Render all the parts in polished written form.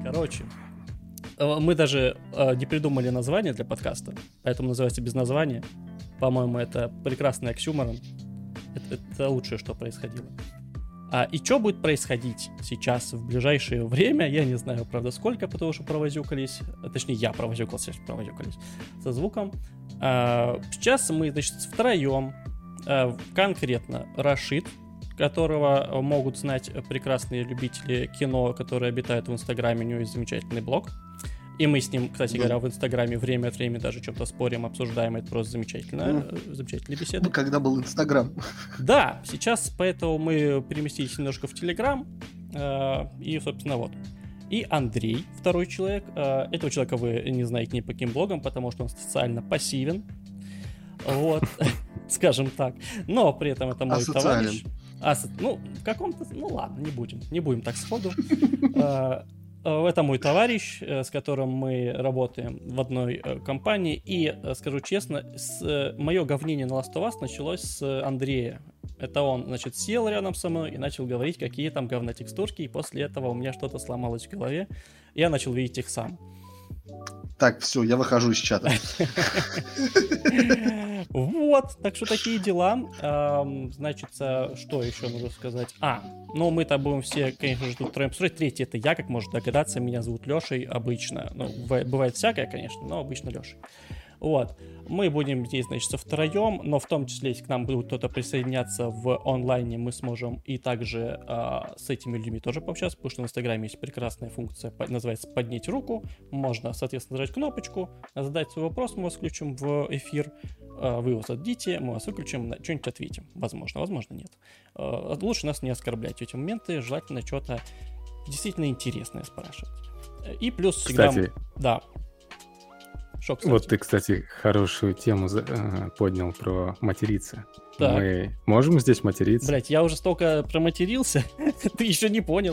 Короче, мы даже не придумали название для подкаста, поэтому называется без названия. По-моему, это прекрасный оксюморон. Это лучшее, что происходило. И что будет происходить сейчас в ближайшее время, я не знаю, правда, сколько, потому что провозюкались. Точнее, я провозюкался со звуком. Сейчас мы, значит, втроем, конкретно Рашид, которого могут знать прекрасные любители кино, которые обитают в Инстаграме, у него есть замечательный блог. И мы с ним, кстати говоря, в Инстаграме время от времени даже что-то спорим, обсуждаем. Это просто замечательно. Замечательная беседа. Когда был Инстаграм. Да, сейчас поэтому мы переместились немножко в Телеграм. И, собственно, вот. И Андрей, второй человек. Этого человека вы не знаете ни по каким блогам, потому что он социально пассивен. Вот, скажем так. Но при этом это мой товарищ. В каком-то... Ну ладно, не будем так сходу. Это мой товарищ, с которым мы работаем в одной компании. И, скажу честно, мое говнение на Last of Us началось с Андрея. Это он, значит, сел рядом со мной и начал говорить, какие там говнотекстурки. И после этого у меня что-то сломалось в голове. Я начал видеть их сам. Так, все, я выхожу из чата. Вот, так что такие дела. Значит, что еще нужно сказать? Мы-то будем все, конечно же, тут троем строить. Третий — это я, как можно догадаться. Меня зовут Лешей обычно. Ну, бывает всякое, конечно, но обычно Лешей. Вот. Мы будем здесь, значит, втроем, но в том числе, если к нам будет кто-то присоединяться в онлайне, мы сможем и также с этими людьми тоже пообщаться, потому что в Инстаграме есть прекрасная функция, называется «поднять руку». Можно, соответственно, нажать кнопочку, задать свой вопрос, мы вас включим в эфир, вы его зададите, мы вас выключим, что-нибудь ответим. Возможно, возможно, нет. Лучше нас не оскорблять в эти моменты, желательно что-то действительно интересное спрашивать. И плюс всегда... Кстати, да. Вот ты, кстати, хорошую тему поднял про материться. Так. Мы можем здесь материться? Блять, я уже столько проматерился, ты еще не понял.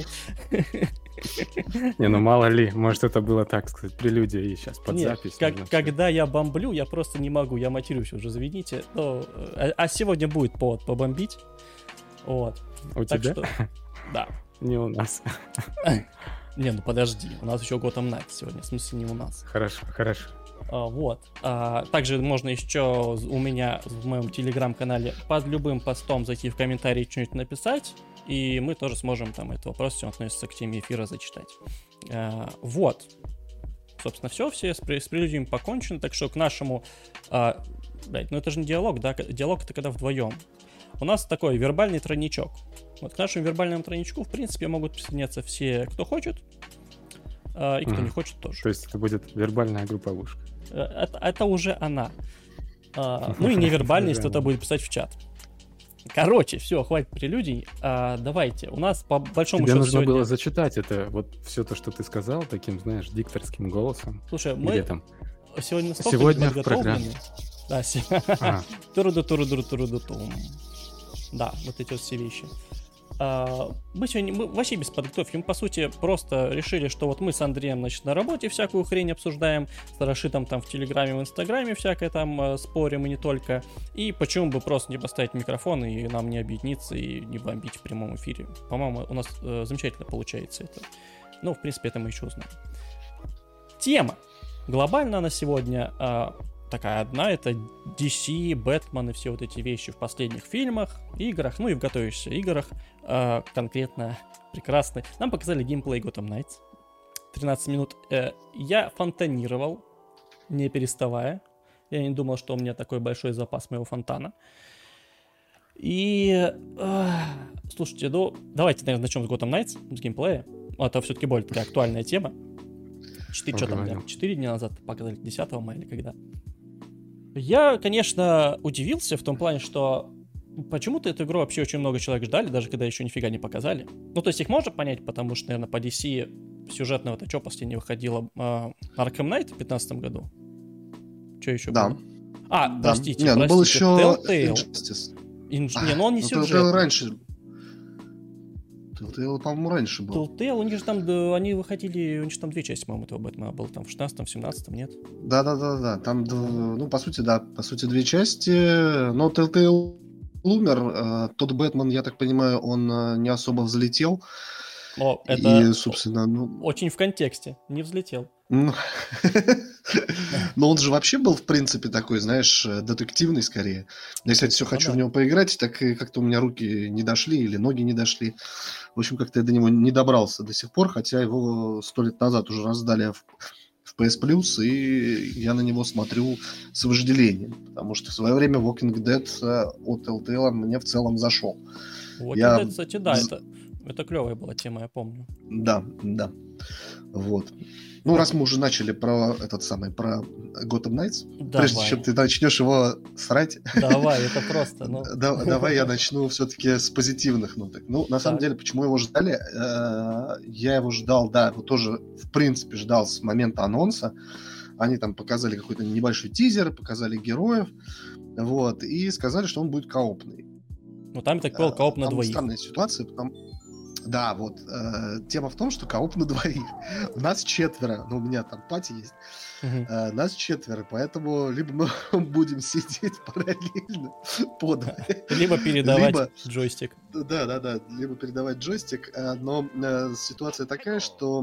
Не, ну мало ли, может это было, так сказать, прелюдия и сейчас под запись. Когда я бомблю, я просто не могу, я матерюсь уже, заведите. А сегодня будет повод побомбить. Вот. У тебя? Да. Не у нас. Не, ну подожди, у нас еще Gotham Knights сегодня, в смысле не у нас. Хорошо. Вот. Также можно еще у меня в моем телеграм-канале под любым постом зайти в комментарии, что-нибудь написать, и мы тоже сможем там этот вопрос, все относится к теме эфира, зачитать. Вот. Собственно, все с прелюдией покончено, так что к нашему... это же не диалог, да? Диалог — это когда вдвоем. У нас такой вербальный тройничок. Вот к нашему вербальному тройничку, в принципе, могут присоединяться все, кто хочет, и кто не хочет тоже. То есть это будет вербальная групповушка. Это уже она. Ну и невербально, если кто-то будет писать в чат. Короче, все, хватит прелюдий. Давайте, у нас по большому счету сегодня... Тебе нужно было зачитать это, вот все то, что ты сказал, таким, знаешь, дикторским голосом. Слушай, мы там? сегодня в программе. Да, туру-ду-туру-ду-туру-ду-тум. Да, вот эти вот все вещи. Мы вообще без подготовки. Мы, по сути, просто решили, что вот мы с Андреем, значит, на работе всякую хрень обсуждаем, с Рашидом там в Телеграме, в Инстаграме всякое там спорим, и не только. И почему бы просто не поставить микрофон и нам не объединиться и не бомбить в прямом эфире. По-моему, у нас замечательно получается это. Ну, в принципе, это мы еще узнаем. Тема. Глобально на сегодня... такая одна, это DC, Бэтмен и все вот эти вещи в последних фильмах, играх, ну и в готовящихся играх, конкретно прекрасный. Нам показали геймплей Gotham Knights, 13 минут. Я фонтанировал, не переставая. Я не думал, что у меня такой большой запас моего фонтана. И, слушайте, давайте, наверное, начнем с Gotham Knights, с геймплея. Это все-таки более такая актуальная тема. 4 дня назад показали, 10 мая или когда. Я, конечно, удивился в том плане, что почему-то эту игру вообще очень много человек ждали, даже когда еще нифига не показали. Ну, то есть их можно понять, потому что, наверное, по DC сюжетного-то что последнее выходило? Arkham Knight в 2015 году? Что еще было? Да. Простите. Не, был еще Telltale. Injustice. Он не сюжет. Раньше. Telltale, по-моему, раньше был. Telltale, у них же там, они выходили, у них же там 2 части, по-моему, этого Бэтмена было, там в 16-м, в 17-м, нет? Да. Там, по сути, 2 части, но Telltale умер, тот Бэтмен, я так понимаю, он не особо взлетел, О, это И, собственно, очень в контексте, не взлетел. Но он же вообще был, в принципе, такой, знаешь, детективный скорее. Я, кстати, все хочу в него поиграть, так и как-то у меня руки не дошли или ноги не дошли. В общем, как-то я до него не добрался до сих пор, хотя его 100 лет назад уже раздали в PS Plus, и я на него смотрю с вожделением, потому что в свое время Walking Dead от Telltale мне в целом зашел. Walking Dead, кстати, да, это клевая была тема, я помню. Да. Вот. Ну, раз мы уже начали про про Gotham Knights, прежде чем ты начнешь его срать... Давай, это просто, Давай я начну все-таки с позитивных ноток. Ну, на самом деле, почему его ждали? Я его ждал, да, его тоже, в принципе, ждал с момента анонса. Они там показали какой-то небольшой тизер, показали героев, вот, и сказали, что он будет коопный. Ну, там, так понял, кооп на двоих. Странная ситуация, потому... Да, вот. Тема в том, что кооп на двоих. У нас 4, у меня там пати есть. Нас 4, поэтому либо мы будем сидеть параллельно под... Либо передавать джойстик. Да, либо передавать джойстик. Но ситуация такая, что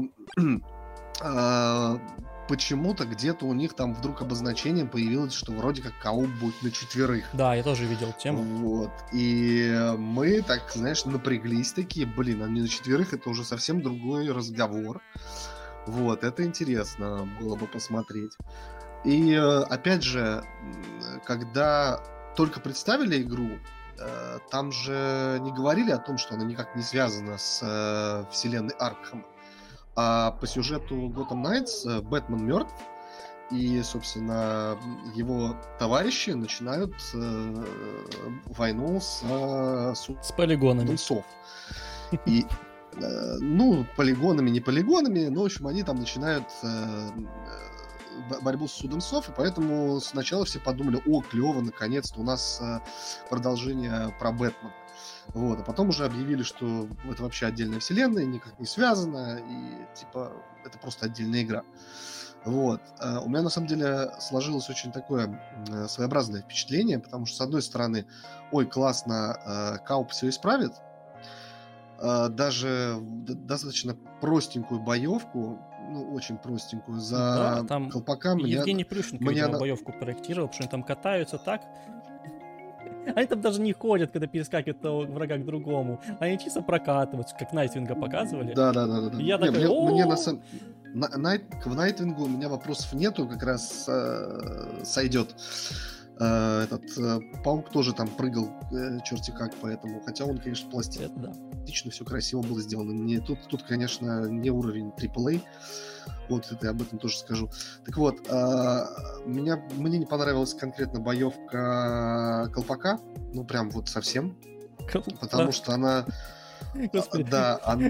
почему-то где-то у них там вдруг обозначение появилось, что вроде как кооп будет на 4. Да, я тоже видел тему. Вот. И мы так, знаешь, напряглись такие, а не на 4, это уже совсем другой разговор. Вот, это интересно было бы посмотреть. И опять же, когда только представили игру, там же не говорили о том, что она никак не связана с вселенной Аркхема. А по сюжету Gotham Knights Бэтмен мертв, и, собственно, его товарищи начинают войну с полигонами. И, полигонами, не полигонами, но, в общем, они там начинают борьбу с судом сов, и поэтому сначала все подумали, клево, наконец-то у нас продолжение про Бэтмена. Вот, а потом уже объявили, что это вообще отдельная вселенная, никак не связано, и типа это просто отдельная игра. Вот. У меня на самом деле сложилось очень такое своеобразное впечатление, потому что с одной стороны, классно, кооп все исправит, даже достаточно простенькую боевку, очень простенькую, за там колпака. Евгений Плющенко, видимо, боевку проектировал, потому что они там катаются так. Они там даже не ходят, когда перескакивают от врага к другому. Они чисто прокатываются, как Найтвинга показывали. Да. И я такой, к Найтвингу у меня вопросов нету, как раз сойдет. Этот паук тоже там прыгал черти как, поэтому, хотя он, конечно, пластично, все красиво было сделано. Тут, конечно, не уровень AAA. Вот, это я об этом тоже скажу. Так вот, мне не понравилась конкретно боевка колпака. Прям вот совсем. Потому что она... Господи. Да, она...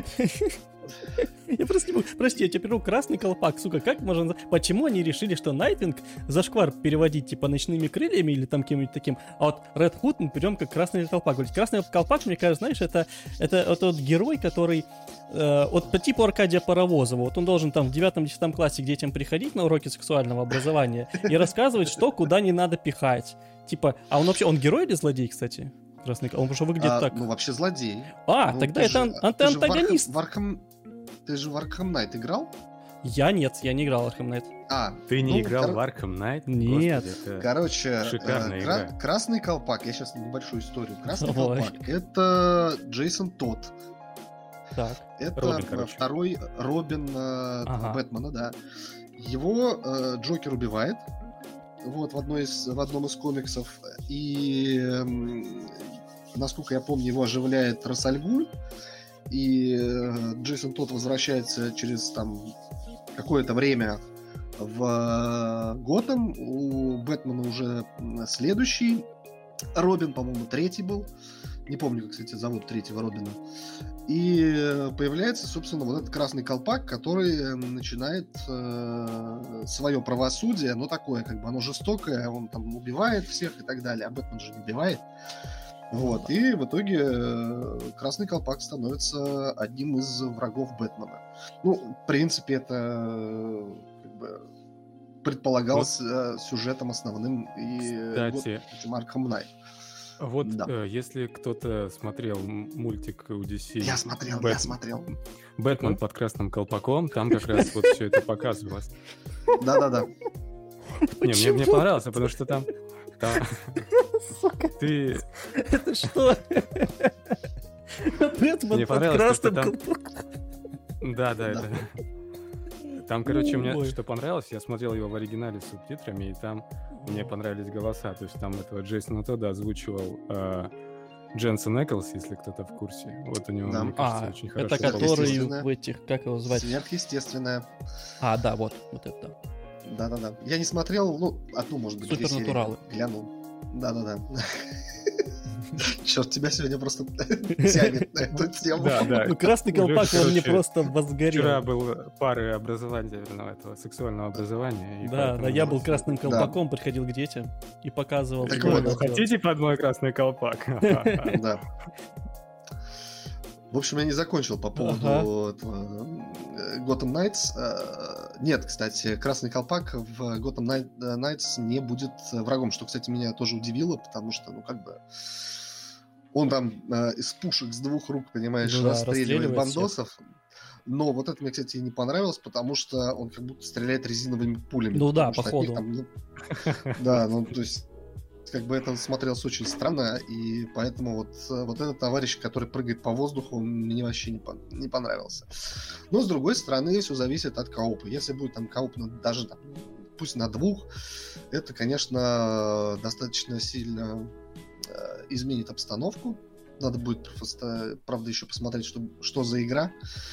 Я просто не могу. Прости, я теперь красный колпак, сука, как можно... Почему они решили, что Найтвинг зашквар переводить, типа, ночными крыльями или там кем-нибудь таким, а вот Red Hood мы берем как красный колпак. Красный колпак, мне кажется, знаешь, это вот герой, который вот по типу Аркадия Паровозова. Вот он должен там в 9-10 классе к детям приходить на уроки сексуального образования и рассказывать, что куда не надо пихать. Типа, а он вообще, он герой или злодей, кстати? Красный колпак, он уже выглядит так. Вообще злодей. Тогда это антагонист. Ты же в Arkham Knight играл? Я не играл в Arkham Knight. Ты не играл в Arkham Knight? Нет. Господи, короче, шикарная игра. Красный колпак, я сейчас небольшую историю. Красный колпак — это Джейсон Тодд. Так. Это Робин, второй Робин Бэтмена, да. Его Джокер убивает в одном из комиксов. И, насколько я помню, его оживляет Рас аль Гуль. И Джейсон Тодд возвращается через какое-то время в Готэм. У Бэтмена уже следующий Робин, по-моему, третий был. Не помню, как, кстати, зовут третьего Робина. И появляется, собственно, вот этот красный колпак, который начинает свое правосудие, такое, как бы оно жестокое, он там убивает всех и так далее, а Бэтмен же не убивает. Вот, и в итоге Красный Колпак становится одним из врагов Бэтмена. В принципе, это предполагалось сюжетом основным и Arkham Knight. Вот если кто-то смотрел мультик у DC... Я смотрел. «Бэтмен под красным колпаком», там как раз вот все это показывалось. Да. Не, мне понравилось, потому что там... Сука. Ты... Это что? Бэтмен под красным колпаком. Да. Там, короче, мне что понравилось, я смотрел его в оригинале с субтитрами, и там мне понравились голоса. То есть там этого Джейсона Тодда озвучивал Дженсен Эклс, если кто-то в курсе. Вот у него, мне кажется, очень хорошо. Это который в этих, как его звать? Сверхъестественное. Да, вот это. Да. Я не смотрел, одну, может быть, Супернатуралы. Глянул. Да. Черт, тебя сегодня просто тянет на эту тему. Да. Ну, красный колпак, он мне просто возгорел. Вчера был пары образования, этого сексуального образования. Да, я был красным колпаком, приходил к детям и показывал. Так вот, хотите под мой красный колпак? Да. В общем, я не закончил по поводу Gotham Knights. Нет, кстати, красный колпак в Gotham Knights не будет врагом, что, кстати, меня тоже удивило, потому что, он там из пушек с двух рук, понимаешь, расстреливает бандосов. Всех. Но вот это мне, кстати, не понравилось, потому что он как будто стреляет резиновыми пулями. Ну да, походу. Да, то есть как бы это смотрелось очень странно, и поэтому вот этот товарищ, который прыгает по воздуху, мне вообще не понравился. Но, с другой стороны, все зависит от коопа. Если будет там кооп даже пусть на двух, это, конечно, достаточно сильно изменит обстановку. Надо будет просто, правда, еще посмотреть, что за игра,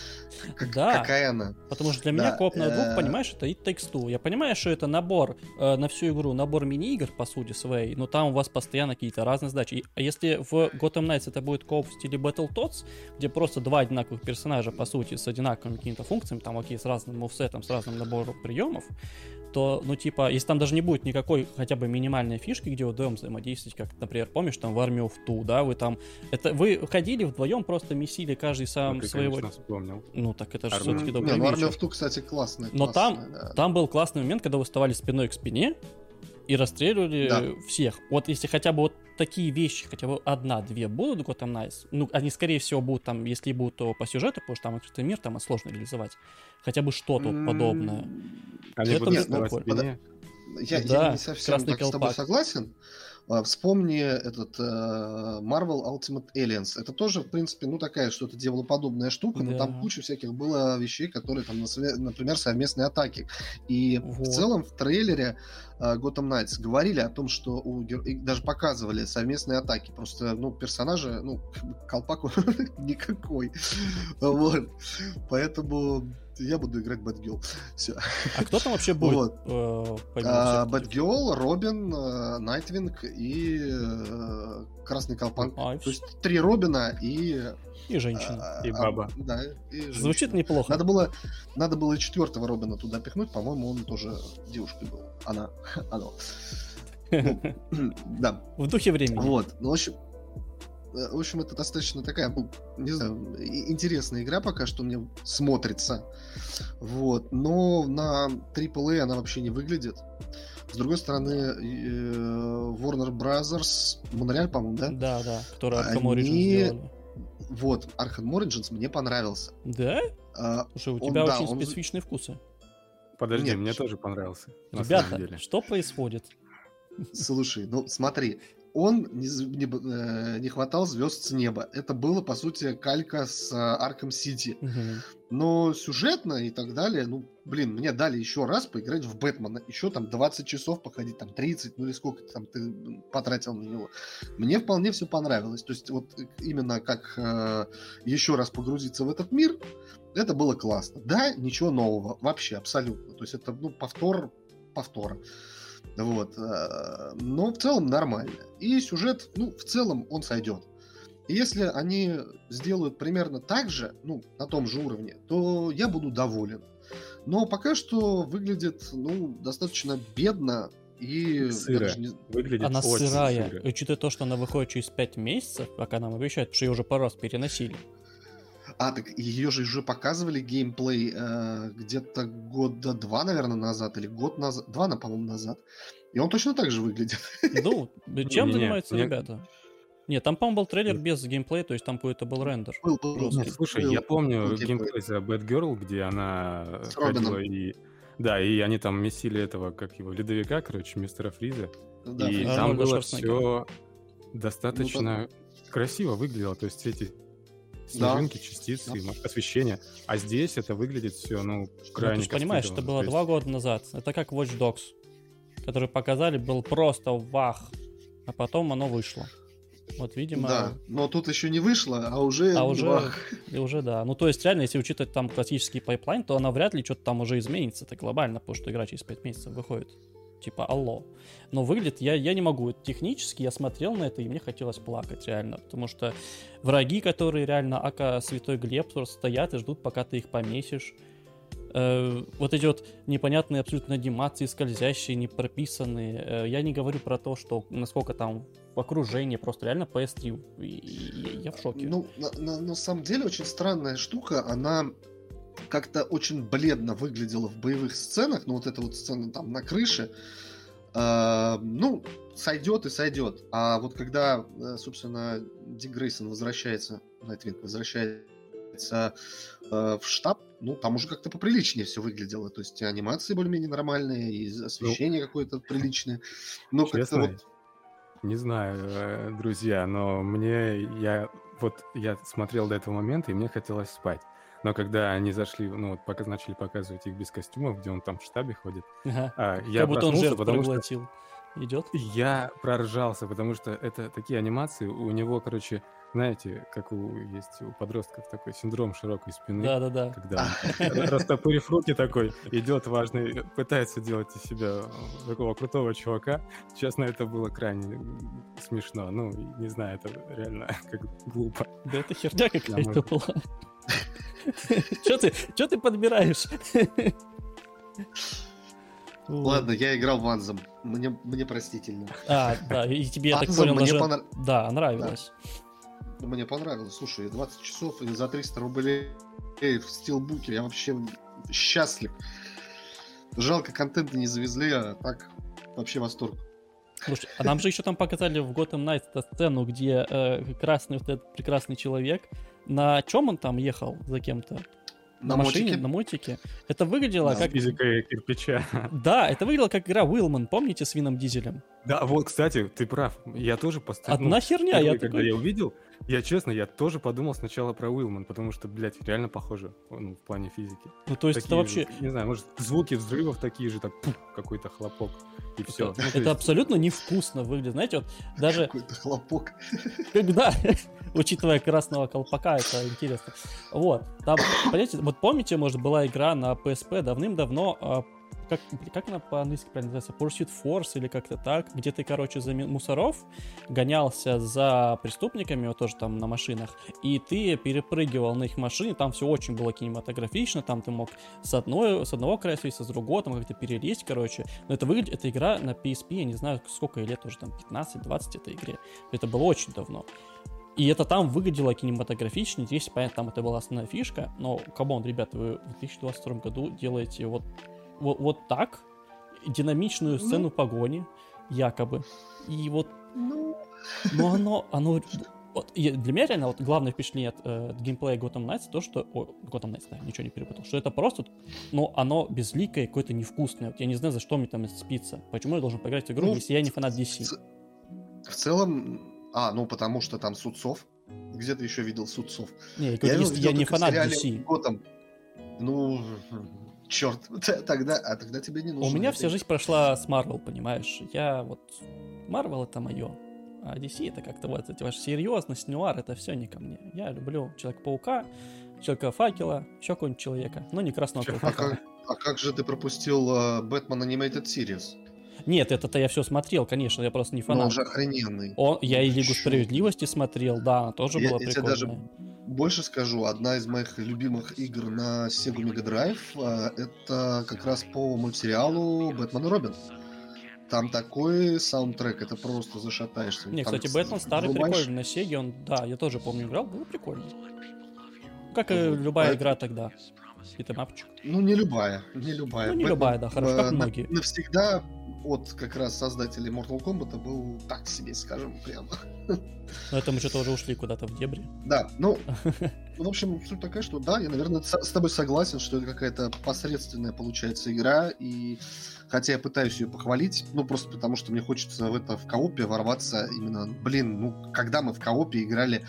какая она. Потому что для меня кооп на двух, понимаешь, это It Takes Two. Я понимаю, что это набор на всю игру, набор мини-игр, по сути своей, но там у вас постоянно какие-то разные задачи. А если в Gotham Knights это будет кооп в стиле Battletoads, где просто два одинаковых персонажа, по сути, с одинаковыми какими-то функциями, там, окей, с разным мувсетом, с разным набором приемов, то, если там даже не будет никакой хотя бы минимальной фишки, где вы вдвоем взаимодействовать, как, например, помнишь, там в Army of Two, да, вы ходили вдвоем, просто месили каждый сам своего... Конечно, вспомнил. Ну, так это же все-таки добрый вечер. Army of Two, кстати, классный. Но там был классный момент, когда вы вставали спиной к спине и расстреливали всех. Вот если хотя бы вот такие вещи, хотя бы одна-две будут в Gotham Knights, они, скорее всего, будут там, если и будут, то по сюжету, потому что там открытый мир, там сложно реализовать. Хотя бы что-то подобное. Они будут вставать спине. Я не совсем так с тобой согласен. Вспомни этот Marvel Ultimate Aliens. Это тоже, в принципе, такая что-то дьяволоподобная штука, но там куча всяких было вещей, которые там, например, совместные атаки. И в целом в трейлере Gotham Knights говорили о том, что даже показывали совместные атаки. Просто, персонажи, колпак никакой. Вот. Поэтому я буду играть Бэтгерл. Все. А кто там вообще будет? Бэтгерл, Робин, Найтвинг и Красный Колпак. То есть 3 Робина и женщина. И баба. Да, и женщина. Звучит неплохо. Надо было и 4-го Робина туда пихнуть. По-моему, он тоже девушкой был. Она. Да. В духе времени. Вот. В общем, это достаточно такая, не знаю, интересная игра пока что мне смотрится. Вот. Но на AAA она вообще не выглядит. С другой стороны, Warner Brothers, Монреаль, по-моему, да? Да, который Arkham Origins сделали. Вот, Arkham Origins мне понравился. Да? Слушай, у тебя очень специфичные вкусы. Подожди, мне тоже понравился. Ребята, что происходит? Слушай, смотри, он не хватал звезд с неба. Это было, по сути, калька с Arkham City. Но сюжетно и так далее, мне дали еще раз поиграть в Бэтмена. Еще там 20 часов походить, там 30, или сколько там ты потратил на него. Мне вполне все понравилось. То есть вот именно как еще раз погрузиться в этот мир, это было классно. Да, ничего нового. Вообще, абсолютно. То есть это, повтора. Вот. Но в целом нормально. И сюжет, в целом он сойдет. И если они сделают примерно так же, на том же уровне, то я буду доволен. Но пока что выглядит, достаточно бедно и... Сыро. Выглядит она очень сырая. сыро. Учитывая то, что она выходит через 5 месяцев, пока нам обещают, потому что ее уже пару раз переносили. Так ее же уже показывали геймплей где-то года 2, наверное, назад, или год назад, 2, по-моему, назад. И он точно так же выглядит. Чем занимаются ребята? Нет, там, по-моему, был трейлер без геймплея, то есть там какой-то был рендер. Нет, слушай, я помню геймплей за Bad Girl, где она ходила и... Да, и они там месили этого, как его, ледовика, короче, мистера Фриза. Да, и там было все достаточно красиво выглядело, то есть эти снежинки, частицы, освещение. А здесь это выглядит все, крайне... Ты же понимаешь, это было 2 года назад. Это как Watch Dogs, который показали, был просто вах, а потом оно вышло. Вот, видимо... Да, но тут еще не вышло, а уже... уже, да. Ну, то есть, реально, если учитывать там классический пайплайн, то она вряд ли что-то там уже изменится, это глобально, потому что игра через 5 месяцев выходит. Типа, алло. Но выглядит, я не могу. Технически я смотрел на это, и мне хотелось плакать, реально. Потому что враги, которые реально, ака Святой Глеб, стоят и ждут, пока ты их помесишь. Вот эти вот непонятные абсолютно анимации, скользящие, не прописанные. Я не говорю про то, что насколько там окружение, просто реально PS3. Я в шоке. Ну, на самом деле, очень странная штука. Она как-то очень бледно выглядела в боевых сценах. Ну, вот эта вот сцена там на крыше. Сойдет и сойдет. А вот когда, собственно, Дик Грейсон возвращается, Найтвинг возвращается в штаб, там уже как-то поприличнее все выглядело. То есть и анимации более-менее нормальные, и освещение какое-то приличное. Но честно, как-то вот... Не знаю, друзья, но я смотрел до этого момента, и мне хотелось спать. Но когда они зашли, начали показывать их без костюмов, где он там в штабе ходит, я как будто он жертву проглотил. Идет? Я проржался, потому что это такие анимации, у него, короче, знаете, как есть у подростков такой синдром широкой спины. Да-да-да. Когда он, растопырив руки такой, идет важный, пытается делать из себя такого крутого чувака. Честно, это было крайне смешно. Не знаю, это реально как глупо. Да это херня какая-то была. Чё ты подбираешь? Ладно, я играл в Anthem. Мне простительно. Да, и тебе, я так понял, даже... Да, нравилось. Мне понравилось. Слушай, 20 часов и за 300 рублей в стилбуке. Я вообще счастлив. Жалко, контента не завезли, а так вообще восторг. Слушай, а нам же еще там показали в Gotham Knights сцену, где красный вот этот прекрасный человек. На чем он там ехал за кем-то? На машине, на мотике. Это выглядело как... физика кирпича. Да, это выглядело как игра Уилман, помните, с Вином Дизелем? Да, вот, кстати, ты прав. Я тоже поставил... Одна херня, когда я увидел, я тоже подумал сначала про Уилман, потому что, блядь, реально похоже в плане физики. То есть это вообще... Не знаю, может, звуки взрывов такие же, так, какой-то хлопок, и все. Это абсолютно невкусно выглядит. Знаете, вот даже... Какой-то хлопок. Когда... Учитывая красного колпака, это интересно. Вот. Там, понимаете, вот помните, может, была игра на PSP давным-давно, как она по-английски называется? Pursuit Force или как-то так, где ты, короче, за мусоров гонялся за преступниками, вот тоже там на машинах, и ты перепрыгивал на их машины, там все очень было кинематографично, там ты мог с одного края свести, с другого, там как-то перелезть, короче. Но это выглядит, эта игра на PSP, я не знаю, сколько лет уже, там 15-20 этой игре. Это было очень давно. И это там выглядело кинематографично, здесь, понятно, там это была основная фишка, но, камон, ребята, вы в 2022 году делаете вот так, динамичную сцену погони, якобы, и вот, но оно вот, для меня реально вот главное впечатление от геймплея Gotham Knights то, что, Gotham Knights, да, ничего не перепутал, что это просто, оно безликое, какое-то невкусное, вот я не знаю, за что мне там спится, почему я должен поиграть в игру, если я не фанат DC. В целом, потому что там Судцов. Где ты еще видел Судцов? Не, я не фанат DC. Черт, тогда тебе не нужно. У меня вся жизнь прошла с Marvel, понимаешь? Marvel это мое. А DC это как-то вот эти ваши серьезность, нуар, это все не ко мне. Я люблю Человека-паука, Человека-факела, еще какого-нибудь человека, но не Красного Колпака. А как же ты пропустил Batman Animated Series? Нет, это-то я все смотрел, конечно, я просто не фанат. Но он же охрененный. Я и Лигу Справедливости смотрел, да, она тоже была прикольная. Я тебе даже больше скажу, одна из моих любимых игр на Sega Mega Drive это как раз по мультсериалу «Бэтмен и Робин». Там такой саундтрек, это просто зашатаешься. Не, кстати, Бэтмен старый прикольный на Сеге, я тоже помню играл, было прикольно. Как и любая игра тогда. Битэмапчик. Ну, не любая. Ну, не любая, да, хорошо, как многие. Навсегда от как раз создателей Mortal Kombat был так себе, скажем, прямо. Но это мы что-то уже ушли куда-то в дебри. Да, ну, в общем, суть такая, что да, я, наверное, с тобой согласен, что это какая-то посредственная, получается, игра, и хотя я пытаюсь ее похвалить, ну, просто потому что мне хочется в коопе ворваться именно, когда мы в коопе играли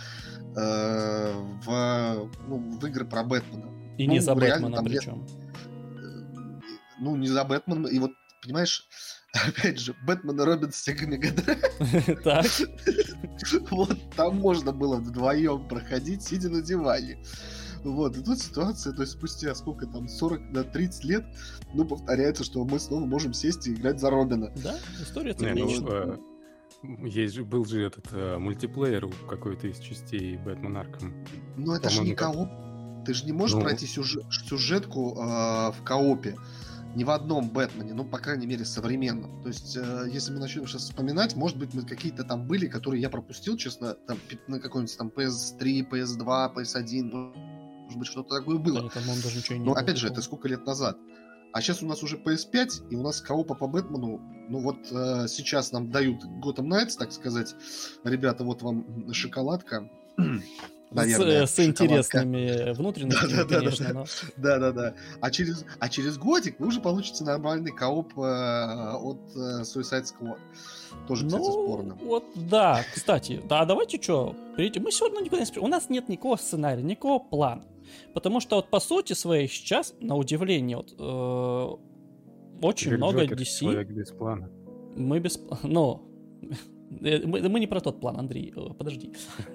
в игры про Бэтмена. И не за Бэтмена причем. Ну, не за Бэтмена, и вот, понимаешь, опять же, Бэтмен и Робин с Sega Mega Drive. Так. Вот там можно было вдвоем проходить, сидя на диване. Вот, и тут ситуация, то есть спустя сколько там, 40-30 лет, повторяется, что мы снова можем сесть и играть за Робина. Да, история циклична. Был же этот мультиплеер у какой-то из частей Бэтмен Аркхэм. Ну это же не кооп. Ты же не можешь пройти сюжетку в коопе. Ни в одном Бэтмене, по крайней мере, современном. То есть, если мы начнем сейчас вспоминать, может быть, мы какие-то там были, которые я пропустил, честно, там, на какой-нибудь там PS3, PS2, PS1, может быть, что-то такое было. Да, даже ничего не Но, опять же, это сколько лет назад. А сейчас у нас уже PS5, и у нас коопа по Бэтмену, сейчас нам дают Gotham Knights, так сказать. Ребята, вот вам шоколадка. Наверное, с интересными внутренностями, конечно. Да. А через годик вы уже получите нормальный кооп от Suicide Squad. Тоже, кстати, спорно. Вот, да, кстати. Да, давайте что, мы сегодня никуда не спрашиваем. У нас нет никакого сценария, никакого плана. Потому что по сути своей сейчас, на удивление, очень много DC... Человек без плана. Мы без... мы не про тот план, Андрей. Подожди.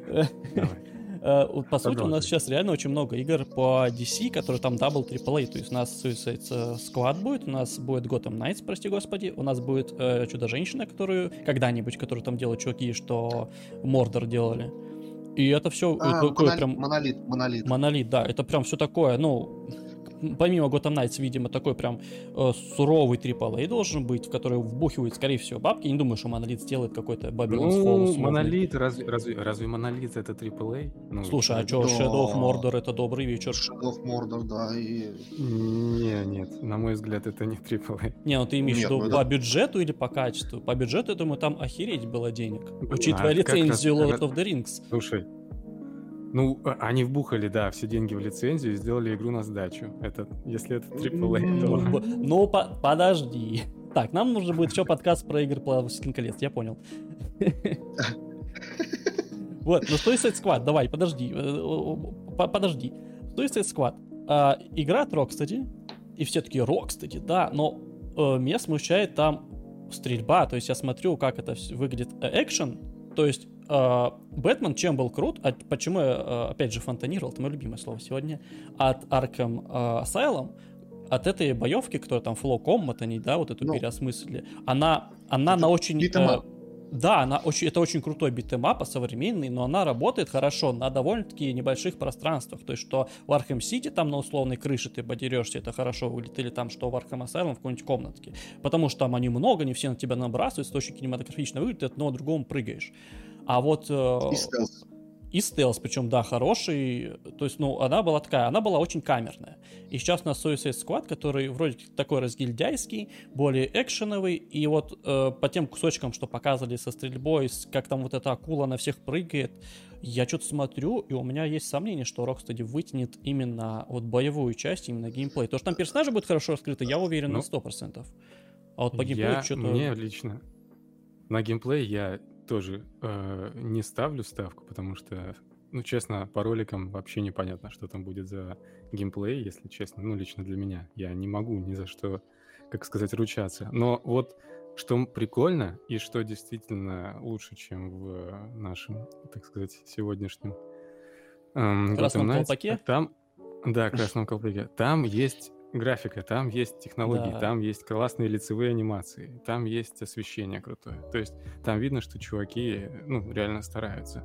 По сути, у нас сейчас реально очень много игр по DC, которые там дабл, AAA. То есть у нас Suicide Squad будет, у нас будет Gotham Knights, прости господи, у нас будет Чудо-женщина, которую там делают чуваки, что Мордор делали. И это все Монолит, да, это прям все такое, помимо Gotham Knights, видимо, такой прям суровый AAA должен быть, в который вбухивают, скорее всего, бабки. Я не думаю, что Монолит сделает какой-то Babylon's Fall. Монолит, разве Монолит это AAA? Слушай, а что, Shadow of Mordor это добрый вечер? Shadow of Mordor, да. Нет, на мой взгляд, это не AAA. Не, ты имеешь в виду по бюджету или по качеству? По бюджету, я думаю, там охереть было денег, учитывая лицензию Lord of the Rings. Слушай, они вбухали, да, все деньги в лицензию и сделали игру на сдачу. Если это AAA, то... подожди. Так, нам нужно будет еще подкаст про игры по «Властелин колец», я понял. Вот, Suicide Squad, давай, подожди. Suicide Squad. Игра от Rocksteady, и все таки Rocksteady, да, но меня смущает там стрельба, то есть я смотрю, как это выглядит экшен, то есть Бэтмен чем был крут, почему я, опять же, фонтанировал, это мое любимое слово сегодня, от Arkham Asylum, от этой боевки, которая там Flow Combat, они, да, вот эту переосмыслили, она на очень... Да, это очень крутой битэмап, современный, но она работает хорошо на довольно-таки небольших пространствах. То есть, что в Arkham City там на условной крыше ты подерешься, это хорошо выглядит, или там, что в Arkham Asylum в какой-нибудь комнатке. Потому что там они много, не все на тебя набрасываются, это очень кинематографично выглядит, ты от одного другому прыгаешь. А вот... И стелс, причем, да, хороший. То есть, она была очень камерная. И сейчас у нас Suicide Squad, который вроде такой разгильдяйский, более экшеновый. И вот по тем кусочкам, что показывали со стрельбой, как там вот эта акула на всех прыгает, я что-то смотрю, и у меня есть сомнение, что Rocksteady вытянет именно вот боевую часть, именно геймплей. То, что там персонажи будут хорошо раскрыты, я уверен на 100%. А вот по геймплею что-то... Мне лично на геймплей я тоже не ставлю ставку, потому что, честно, по роликам вообще непонятно, что там будет за геймплей, если честно, лично для меня. Я не могу ни за что, как сказать, ручаться. Но вот что прикольно и что действительно лучше, чем в нашем, так сказать, сегодняшнем Красном колпаке? Красном колпаке. Там есть графика, там есть технологии, там есть классные лицевые анимации, там есть освещение крутое. То есть там видно, что чуваки, реально стараются.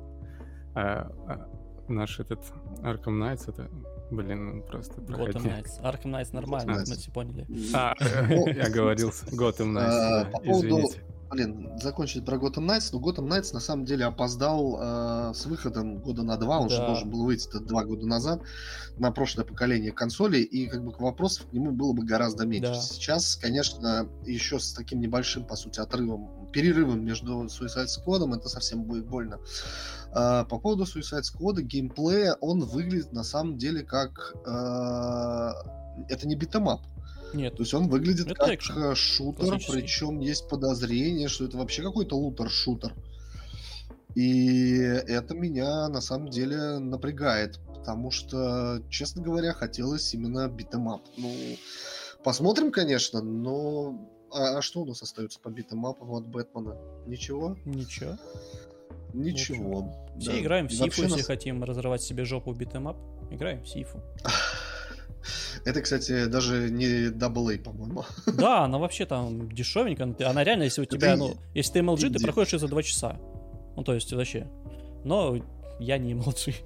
Наш этот Arkham Knights, это, просто проходняк. Gotham Knights. Arkham Knights нормально, мы все поняли. Я говорился. Gotham Knights, по поводу закончить про Gotham Knights, но Gotham Knights на самом деле опоздал с выходом года на 2, он же должен был выйти 2 года назад на прошлое поколение консолей, и как бы вопросов к нему было бы гораздо меньше. Да. Сейчас, конечно, еще с таким небольшим, по сути, перерывом между Suicide Squad'ом это совсем будет больно. По поводу Suicide Squad, геймплея, он выглядит на самом деле как... это не битэмап. Нет. То есть он выглядит это как экшен. шутер, причем есть подозрение, что это вообще какой-то лутер-шутер. И это меня на самом деле напрягает, потому что, честно говоря, хотелось именно битэмап. Ну, посмотрим, конечно, но... А что у нас остается по битэмапам от Бэтмена? Ничего? Ничего. Все играем в Сифу, если хотим разорвать себе жопу в битэмап. Играем в Сифу. Это, кстати, даже не AA, по-моему. Да, она вообще там дешевенькая. Она реально, если у тебя, если ты MLG, ты проходишь ее за 2 часа. Ну, то есть, вообще. Но я не MLG.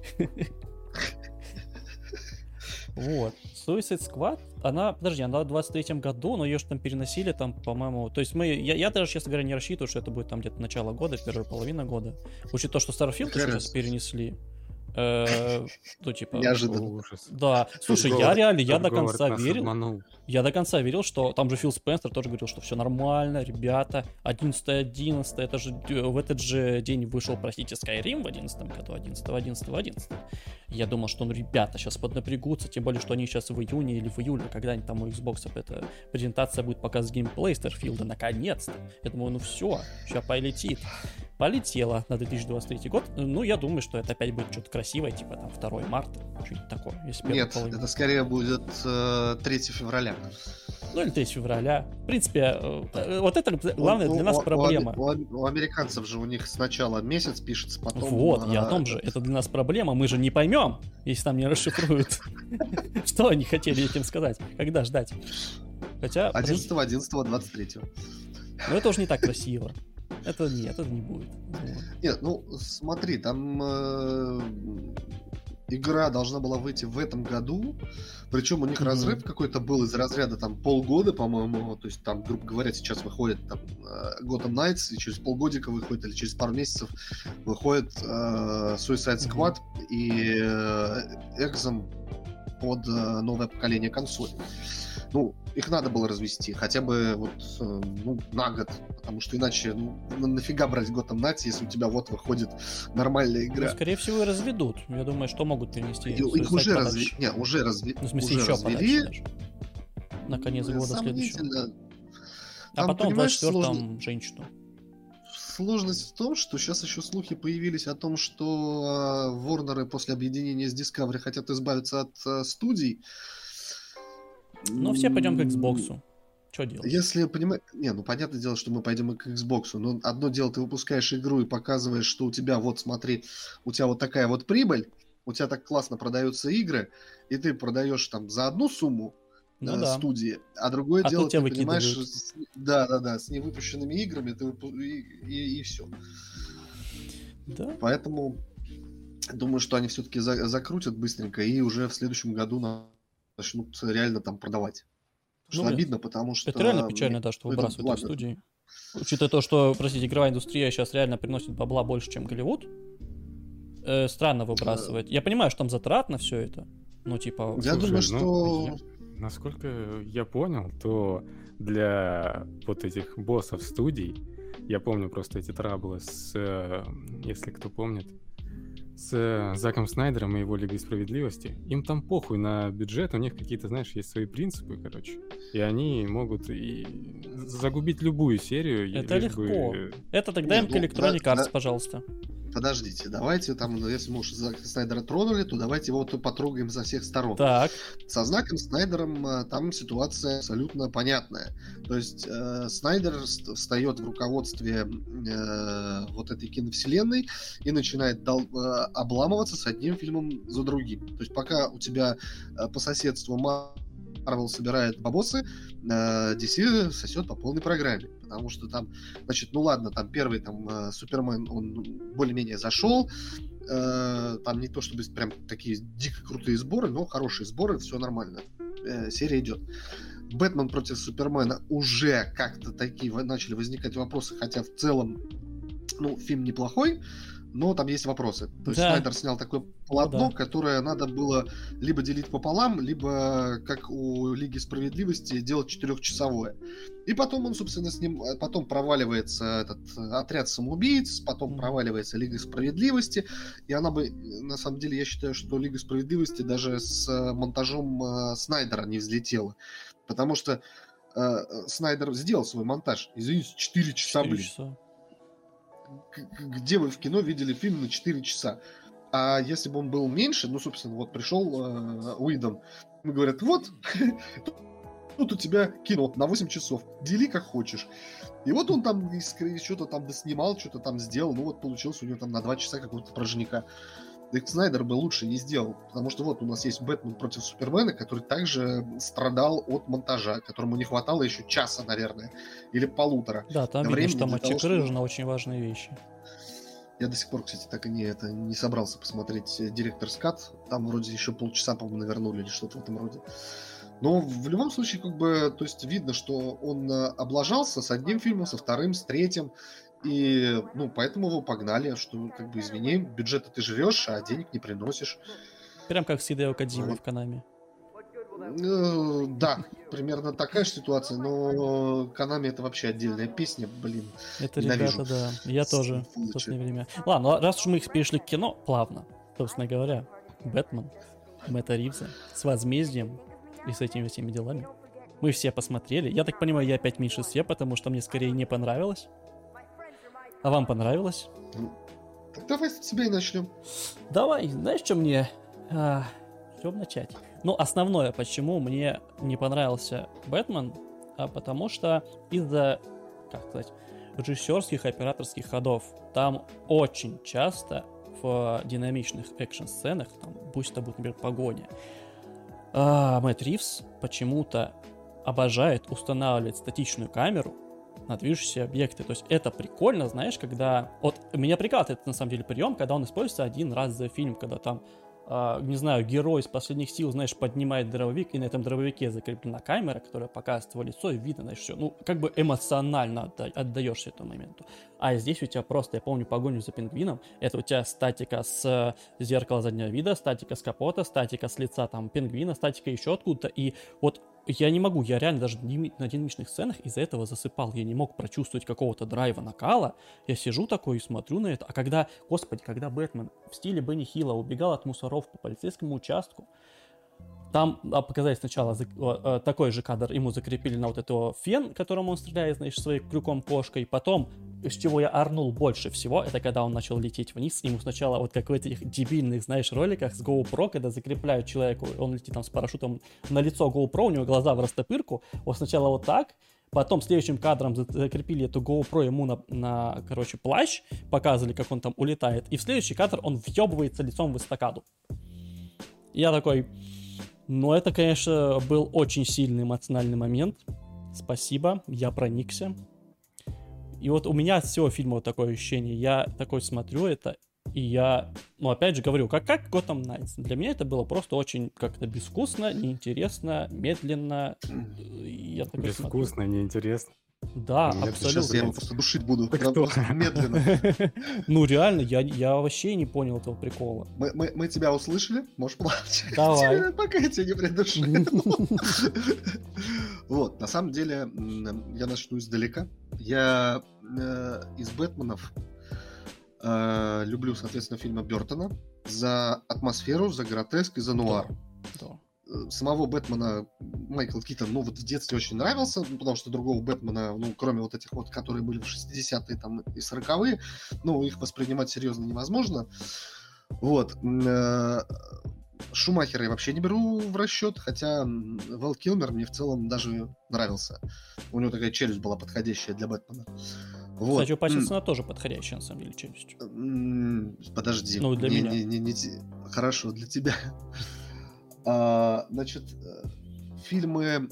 Вот. Suicide Squad, она в 23-м году, но ее же там переносили, там, по-моему... То есть я даже, честно говоря, не рассчитываю, что это будет там где-то начало года, первая половина года. Учитывая то, что Starfield сейчас перенесли. Ну, типа... Неожиданно. Да. Слушай, я до конца верил. Я до конца верил, что... Там же Фил Спенсер тоже говорил, что все нормально, ребята. 11.11, это же в этот же день вышел, простите, Skyrim в 11 году, 11. Я думал, что, ребята сейчас поднапрягутся, тем более, что они сейчас в июне или в июле, когда-нибудь там у Xbox эта презентация будет показывать геймплей Starfield, наконец-то. Я думаю, все, сейчас полетит. Полетела на 2023 год. Ну, я думаю, что это опять будет что-то красивое, типа там 2 марта, что-нибудь такое. Нет, это скорее будет 3 февраля. Ну, или 3 февраля. В принципе, вот это главная для нас проблема. У американцев же у них сначала месяц пишется, потом... Вот, я о том же. Это для нас проблема. Мы же не поймем, если там не расшифруют. Что они хотели этим сказать? Когда ждать? Хотя... 11-23. Но это уже не так красиво. Это не будет. Нет, ну смотри, там игра должна была выйти в этом году, причем у них разрыв какой-то был из разряда там полгода, по-моему, то есть там, грубо говоря, сейчас выходит там Gotham Knights, и через полгодика выходит, или через пару месяцев выходит Suicide Squad и Exxon под новое поколение консолей. Ну, их надо было развести хотя бы вот, на год, потому что иначе нафига брать Gotham Knights, если у тебя вот выходит нормальная игра. Ну, скорее всего, и разведут. Я думаю, что могут перенести. Их уже развели. Не, уже развели. Ну, в смысле, еще развели. На конец года следующего. А потом в 24-м женщину. Сложность в том, что сейчас еще слухи появились о том, что Warner после объединения с Discovery хотят избавиться от студий. Ну, все пойдем к Xbox. Что делать? Если понимаешь... понятное дело, что мы пойдем и к Xbox. Но одно дело, ты выпускаешь игру и показываешь, что у тебя, вот смотри, у тебя вот такая вот прибыль, у тебя так классно продаются игры, и ты продаешь там за одну сумму студии, а другое дело, ты понимаешь, с невыпущенными играми и все. Да. Поэтому думаю, что они все-таки закрутят быстренько и уже в следующем году начнут реально там продавать. Что обидно, потому что... Это реально печально, да, что выбрасывают в студии. Учитывая то, что, простите, игровая индустрия сейчас реально приносит бабла больше, чем Голливуд, странно выбрасывать. Я понимаю, что там затратно все это, но типа... Я думаю, что... Насколько я понял, то для вот этих боссов студий, я помню просто эти траблы с, если кто помнит, с Заком Снайдером и его Лигой Справедливости, им там похуй на бюджет, у них какие-то, знаешь, есть свои принципы, короче, и они могут и загубить любую серию. Это легко. Это тогда им к Electronic Arts, пожалуйста. Подождите, давайте там, если мы уж Зака Снайдера тронули, то давайте его потрогаем со всех сторон. Так. Со Заком Снайдером там ситуация абсолютно понятная. То есть Снайдер встает в руководстве вот этой киновселенной и начинает обламываться с одним фильмом за другим. То есть пока у тебя по соседству Marvel собирает бабосы, DC сосет по полной программе. Потому что там, значит, там первый там Супермен, он более-менее зашел. Там не то чтобы прям такие дико крутые сборы, но хорошие сборы, все нормально. Серия идет. Бэтмен против Супермена уже как-то такие начали возникать вопросы, хотя в целом, фильм неплохой, но там есть вопросы. То есть Снайдер снял такое полотно, которое надо было либо делить пополам, либо, как у Лиги Справедливости, делать 4-часовое. И потом он, собственно, с ним... Потом проваливается этот отряд самоубийц, потом проваливается Лига Справедливости, и она бы... На самом деле, я считаю, что Лига Справедливости даже с монтажом Снайдера не взлетела. Потому что Снайдер сделал свой монтаж. Извините, 4 часа, 4 блин. часа. Где вы в кино видели фильм на 4 часа? А если бы он был меньше, собственно, вот пришел Уидон, ему говорят, вот, тут у тебя кино на 8 часов, дели как хочешь. И вот он там что-то там доснимал, что-то там сделал, получилось у него там на 2 часа какого-то порожняка. Так Снайдер бы лучше не сделал, потому что вот у нас есть Бэтмен против Супермена, который также страдал от монтажа, которому не хватало еще часа, наверное, или 1,5. Да, там видно, что там отчекрыжено очень важные вещи. Я до сих пор, кстати, так и не собрался посмотреть «Директорс Кат». Там вроде еще полчаса, по-моему, навернули или что-то в этом роде. Но в любом случае, то есть видно, что он облажался с одним фильмом, со вторым, с третьим. И, поэтому его погнали, что, извини, бюджет ты жрешь, а денег не приносишь. Прям как с Хидео Кодзимой в Konami. Да, примерно такая же ситуация, но Konami это вообще отдельная песня, блин. Это ненавижу. Ребята, да, я тоже в последнее время. Ладно, раз уж мы их перешли к кино, плавно, собственно говоря, Бэтмен, Мэтта Ривза с возмездием и с этими всеми делами. Мы все посмотрели. Я так понимаю, я опять меньшинстве, потому что мне скорее не понравилось. А вам понравилось? Так давай с тебя и начнем. Давай, знаешь, что мне... С чего начать? Основное, почему мне не понравился Бэтмен, потому что из-за, режиссерских, операторских ходов. Там очень часто в динамичных экшн-сценах, пусть это будет, например, погоня, Мэтт Ривз почему-то обожает устанавливать статичную камеру на движущиеся объекты. То есть это прикольно, знаешь, когда... Вот меня прикалывает на самом деле прием, когда он используется один раз за фильм, когда там, не знаю, герой из последних сил, знаешь, поднимает дробовик, и на этом дробовике закреплена камера, которая показывает его лицо, и видно, знаешь, все. Эмоционально отдаешься этому моменту. А здесь у тебя просто, я помню погоню за пингвином, это у тебя статика с зеркала заднего вида, статика с капота, статика с лица там пингвина, статика еще откуда-то, и вот я не могу, я реально даже на динамичных сценах из-за этого засыпал. Я не мог прочувствовать какого-то драйва, накала. Я сижу такой и смотрю на это. А когда Бэтмен в стиле Бенни Хилла убегал от мусоров по полицейскому участку, там показали сначала такой же кадр, ему закрепили на вот этого фен, которым он стреляет, значит, своим крюком-кошкой. Потом, с чего я орнул больше всего, это когда он начал лететь вниз. Ему сначала вот как в этих дебильных, знаешь, роликах с GoPro, когда закрепляют человеку, он летит там с парашютом на лицо GoPro, у него глаза в растопырку. Вот сначала вот так, потом следующим кадром закрепили эту GoPro ему на плащ, показывали, как он там улетает. И в следующий кадр он въебывается лицом в эстакаду. Я такой... это, конечно, был очень сильный эмоциональный момент. Спасибо, я проникся. И вот у меня от всего фильма вот такое ощущение. Я такой смотрю это, и я, опять же говорю, как Gotham Knights. Для меня это было просто очень как-то безвкусно, неинтересно, медленно. Я безвкусно, неинтересно. Да, абсолютно. Сейчас я его просто душить буду. Медленно. Реально, я вообще не понял этого прикола. Мы тебя услышали, можешь плакать. Давай. Пока я тебя не придушу. Вот, на самом деле, я начну издалека. Я из Бэтменов люблю, соответственно, фильмы Бёртона за атмосферу, за гротеск и за нуар. Да. Самого Бэтмена Майкл Китон, в детстве очень нравился, потому что другого Бэтмена, кроме вот этих вот, которые были в 60-е там, и 40-е, их воспринимать серьезно невозможно. Вот. Шумахера я вообще не беру в расчет, хотя Вэл Килмер мне в целом даже нравился. У него такая челюсть была подходящая для Бэтмена. Вот. Кстати, у Паттинсона тоже подходящая, на самом деле, челюсть. Подожди. Для меня. Хорошо, для тебя. Значит, фильмы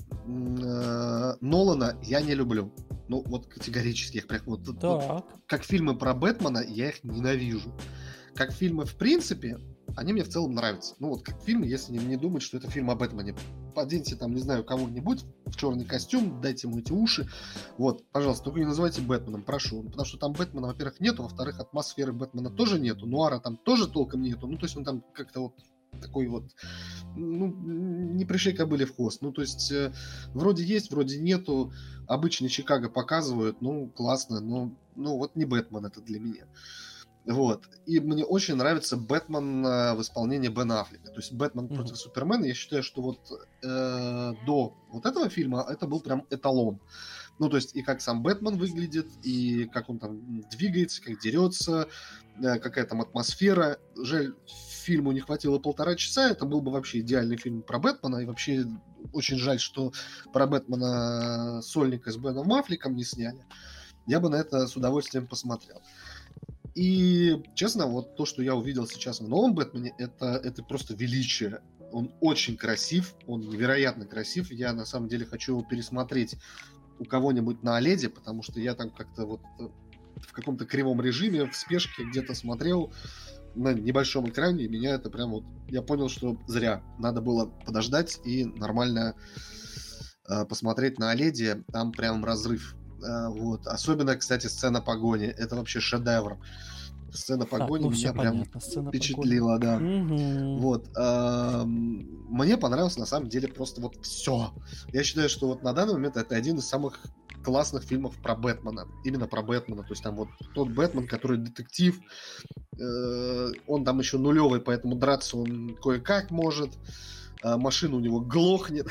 Нолана я не люблю. Категорически их прям как фильмы про Бэтмена я их ненавижу. Как фильмы в принципе они мне в целом нравятся. Ну, вот как фильм, если не думать, что это фильм о Бэтмене. Поденьте там, не знаю, кого-нибудь в черный костюм, дайте ему эти уши. Вот, пожалуйста, только не называйте Бэтменом, прошу. Потому что там Бэтмена, во-первых, нету, во-вторых, атмосферы Бэтмена тоже нету, нуара там тоже толком нету. Ну, то есть он там как-то вот такой вот, ну, не пришей кобыле в хвост. Ну, то есть вроде есть, вроде нету. Обычный Чикаго показывают, ну, классно, но ну, вот не Бэтмен это для меня. Вот. И мне очень нравится Бэтмен в исполнении Бена Аффлека. То есть Бэтмен против Супермена. Я считаю, что вот до вот этого фильма это был прям эталон. Ну, то есть и как сам Бэтмен выглядит, и как он там двигается, как дерется, какая там атмосфера. Жаль, фильму не хватило 1,5 часа. Это был бы вообще идеальный фильм про Бэтмена. И вообще очень жаль, что про Бэтмена сольника с Беном Аффлеком не сняли. Я бы на это с удовольствием посмотрел. И, честно, вот то, что я увидел сейчас в новом Бэтмене, это просто величие. Он очень красив, он невероятно красив. Я, на самом деле, хочу его пересмотреть у кого-нибудь на OLED, потому что я там как-то вот в каком-то кривом режиме, в спешке где-то смотрел на небольшом экране, и меня это прям вот... Я понял, что зря. Надо было подождать и нормально посмотреть на OLED. Там прям разрыв. Вот. Особенно, кстати, сцена погони. Это вообще шедевр. Сцена погони меня прям впечатлила, да. Вот. Мне понравилось, на самом деле, просто вот все. Я считаю, что вот на данный момент это один из самых классных фильмов про Бэтмена. Именно про Бэтмена. То есть там вот тот Бэтмен, который детектив, он там еще нулевый, поэтому драться он кое-как может. Машина у него глохнет.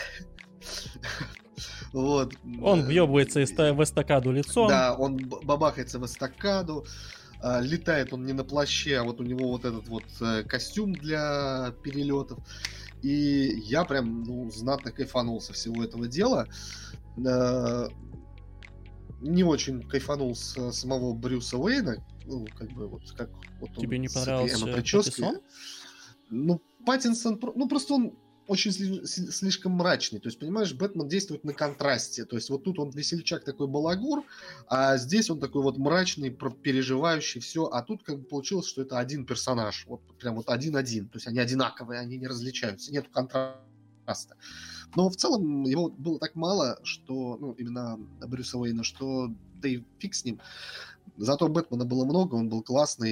Вот. Он въебывается в эстакаду лицом. Да, он бабахается в эстакаду. Летает он не на плаще, а вот у него вот этот вот костюм для перелетов. И я прям, ну, знатно кайфанул со всего этого дела. Не очень кайфанул с самого Брюса Уэйна. Ну, как бы вот как вот он. Тебе не понравился Паттинсон? Ну, Паттинсон, ну, просто он очень слишком мрачный. То есть, понимаешь, Бэтмен действует на контрасте. То есть, вот тут он весельчак такой балагур, а здесь он такой вот мрачный, переживающий все. А тут как бы получилось, что это один персонаж. Вот прям вот один-один. То есть, они одинаковые, они не различаются. Нет контраста. Но в целом его было так мало, что, ну, именно Брюса Уэйна, что да и фиг с ним. Зато Бэтмена было много, он был классный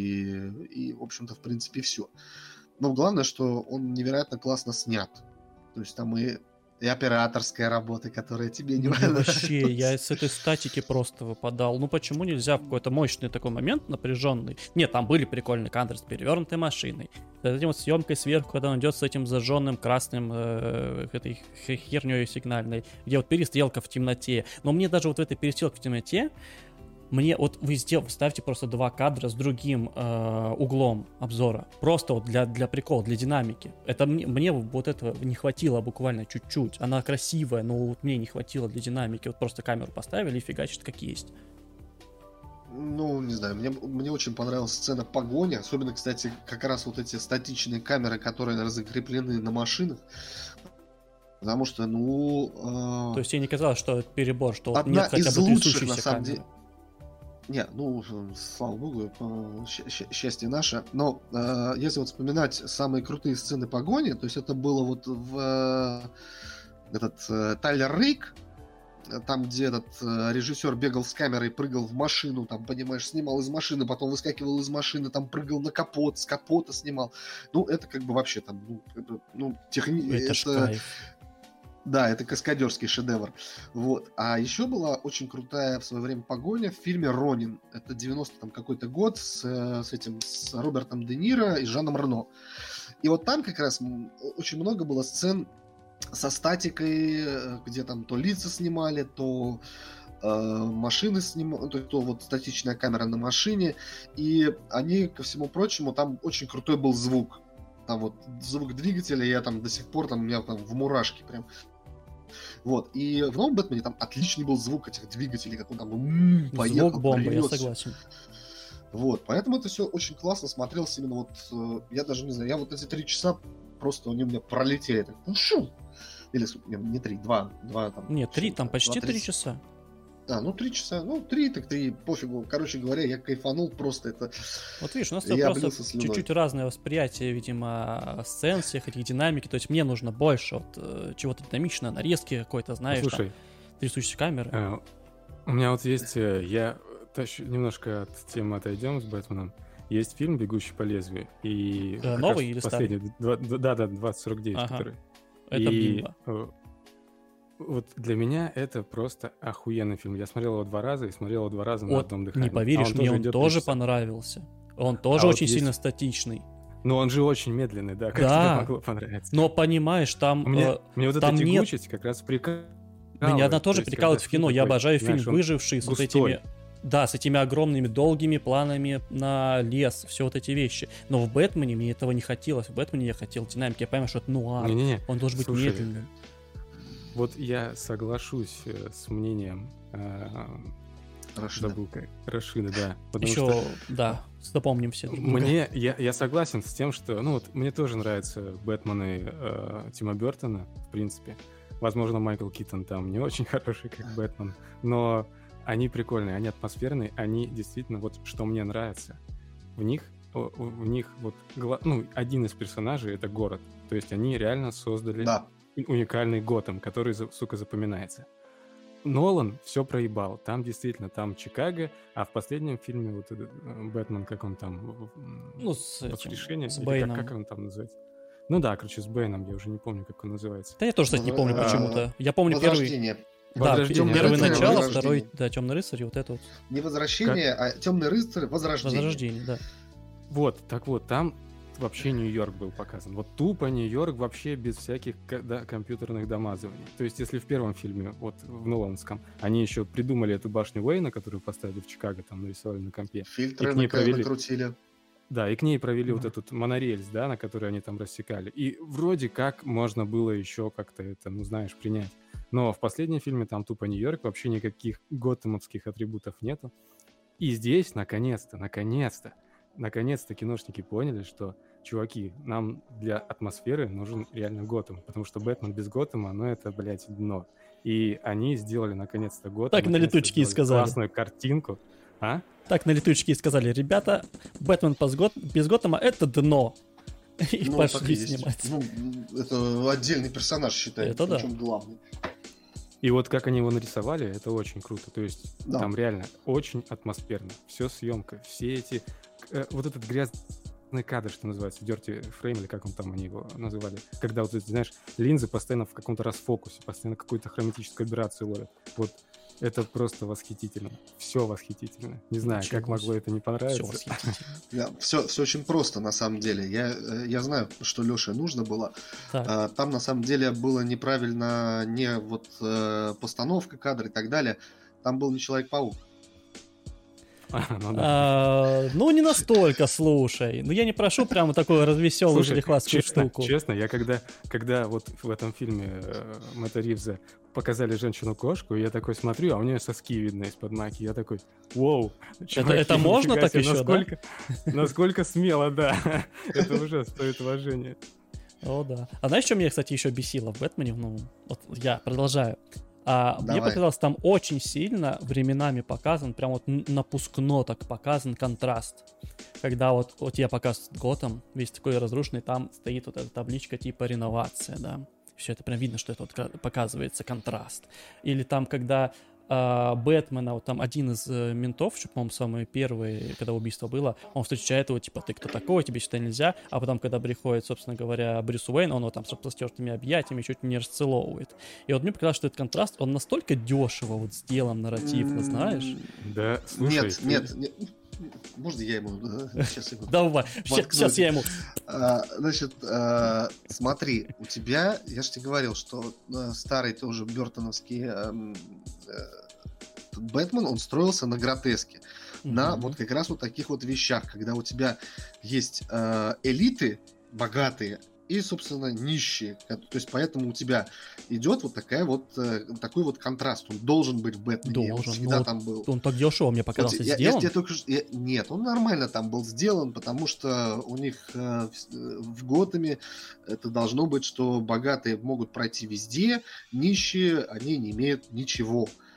и в общем-то, в принципе, все. Но главное, что он невероятно классно снят. То есть там и операторская работа, которая тебе не нравится. Вообще, я с этой статики просто выпадал. Ну почему нельзя в какой-то мощный такой момент, напряженный? Нет, там были прикольные кадры с перевернутой машиной. С этим вот съемкой сверху, когда он идет с этим зажженным красным этой херней сигнальной, где вот перестрелка в темноте. Но мне даже вот в этой перестрелке в темноте, мне вот вы ставьте просто 2 кадра с другим углом обзора. Просто вот для прикола, для динамики. Это мне вот этого не хватило буквально чуть-чуть. Она красивая, но вот мне не хватило для динамики. Вот просто камеру поставили и фигачит как есть. Ну, не знаю, мне очень понравилась сцена погони. Особенно, кстати, как раз вот эти статичные камеры, которые закреплены на машинах. Потому что, ну... То есть тебе не казалось, что это перебор, что одна нет хотя из бы лучших, на самом камеры? деле... Не, ну, слава богу, счастье наше. Но если вот вспоминать самые крутые сцены погони, то есть это было вот в Тайлер Рейк, там, где этот режиссер бегал с камерой, прыгал в машину, там, понимаешь, снимал из машины, потом выскакивал из машины, там, прыгал на капот, с капота снимал. Ну, это как бы вообще там, Это да, это каскадерский шедевр. Вот. А еще была очень крутая в свое время погоня в фильме «Ронин». Это 90 там какой-то год с Робертом Де Ниро и Жаном Рено. И вот там как раз очень много было сцен со статикой, где там то лица снимали, то машины снимали, то вот статичная камера на машине. И они, ко всему прочему, там очень крутой был звук. Там вот звук двигателя, я там до сих пор, там у меня там в мурашке прям. Вот. И в новом Бэтмене там отличный был звук этих двигателей, как он там поехал, звук бомбы, привез. я согласен. Вот. Поэтому это все очень классно смотрелось именно вот, я даже не знаю, я вот эти 3 часа просто они у меня пролетели. Так, или не 3, 2 там. Нет, 3, там почти 3 часа. Ну 3 часа. Ну, 3, так 3, пофигу. Короче говоря, я кайфанул просто это. Вот видишь, у нас просто чуть-чуть разное восприятие, видимо, сцен, всех этих динамики. То есть мне нужно больше вот чего-то динамичного, нарезки какой-то, знаешь, Слушай, там, трясущейся камеры. У меня вот есть... Я немножко от темы отойдем с Бэтменом. Есть фильм «Бегущий по лезвию». И новый или старый? Да, 2049, который. Это бимба. Вот для меня это просто охуенный фильм. Я смотрел его 2 раза и смотрел его 2 раза на одном дыхании. Не поверишь, мне он тоже понравился. Он тоже очень сильно статичный. Но он же очень медленный, да, как тебе могло понравиться. Но понимаешь, там... Мне вот эта тягучесть как раз прикалывает. Меня она тоже прикалывает в кино. Я обожаю фильм «Выживший» с вот этими... Да, с этими огромными долгими планами на лес, все вот эти вещи. Но в «Бэтмене» мне этого не хотелось. В «Бэтмене» я хотел динамики. Я понимаю, что это нуар. Он должен быть медленным. Вот я соглашусь с мнением Рашида, да. Еще, да, запомним все. Я согласен с тем, что, мне тоже нравятся Бэтмены Тима Бёртона, в принципе. Возможно, Майкл Китон там не очень хороший, как Бэтмен, но они прикольные, они атмосферные, они действительно, вот что мне нравится. В них вот, один из персонажей — это город. То есть они реально создали уникальный Готэм, который, сука, запоминается. Нолан все проебал. Там действительно, там Чикаго, а в последнем фильме вот этот Бэтмен, как он там... с Бэйном. Как он там называется? Ну да, короче, с Бэйном, я уже не помню, как он называется. Да я тоже, кстати, не помню почему-то. Я помню Возрождение. Первый начало, второй, Темный рыцарь, и вот это вот. Не Возвращение, а Темный рыцарь, Возрождение. Возрождение, да. Вот, так вот, там вообще Нью-Йорк был показан. Вот тупо Нью-Йорк вообще без всяких компьютерных домазываний. То есть, если в первом фильме, вот в Ноланском, они еще придумали эту башню Уэйна, которую поставили в Чикаго, там нарисовали на компе. Фильтры накрутили. Да, и к ней провели вот этот монорельс, да, на который они там рассекали. И вроде как можно было еще как-то это, принять. Но в последнем фильме там тупо Нью-Йорк, вообще никаких готэмовских атрибутов нету. И здесь, наконец-то, киношники поняли, что, чуваки, нам для атмосферы нужен реально Готэм, потому что Бэтмен без Готэма, это, блядь, дно. И они сделали, наконец-то, Готэм. Так на летучке и сказали. Классную картинку. А? Так на летучке и сказали: ребята, Бэтмен без Готэма — это дно. И пошли снимать. Это отдельный персонаж, считается, причем главный. И вот как они его нарисовали, это очень круто. То есть там реально очень атмосферно. Все съемка, все эти... вот этот грязный кадр, что называется, dirty frame, или как он там они его называли. Когда вот, знаешь, линзы постоянно в каком-то расфокусе, постоянно какую-то хроматическую аберрацию ловят. Вот это просто восхитительно. Все восхитительно. Не знаю, как могло это не понравиться. Все восхитительно. Все очень просто, на самом деле. Я знаю, что Лёше нужно было. Там, на самом деле, было неправильно не вот постановка кадра и так далее. Там был не Человек-паук. Не настолько, слушай. Я не прошу прямо такую развеселую лихватскую штуку. Честно, я когда вот в этом фильме Мэтта Ривза показали женщину-кошку, я такой смотрю, а у нее соски видно из-под майки. Я такой: воу. Это можно так еще, да? Насколько смело, да. Это уже стоит уважения. О, да. А знаешь, что меня, кстати, еще бесило в «Бэтмене»? Вот я продолжаю. Мне показалось, там очень сильно временами показан, прям вот напускно так показан контраст. Когда вот тебе показывают Готэм, весь такой разрушенный, там стоит вот эта табличка типа «реновация», да. Все это прям видно, что это вот показывается контраст. Или там, когда Бэтмена, вот там один из ментов, что, по-моему, самый первый, когда убийство было, он встречает его, типа: ты кто такой, тебе сюда нельзя. А потом, когда приходит, собственно говоря, Брюс Уэйн, он его там с распростертыми объятиями чуть не расцеловывает. И вот мне показалось, что этот контраст, он настолько дешево вот сделан нарративно, знаешь? Да, слушай. Нет. Можно я ему? Сейчас Давай, сейчас я ему. Значит, смотри, у тебя, я же тебе говорил, что старый тоже бёртоновский Бэтмен, он строился на гротеске. На вот как раз вот таких вот вещах, когда у тебя есть элиты богатые и, собственно, нищие. То есть поэтому у тебя идет вот такой вот контраст. Он должен быть в Бэтмене. Он всегда там был. Он так дешево мне показался сделан. Нет, он нормально там был сделан, потому что у них в Готэме это должно быть, что богатые могут пройти везде, нищие, они не имеют ничего.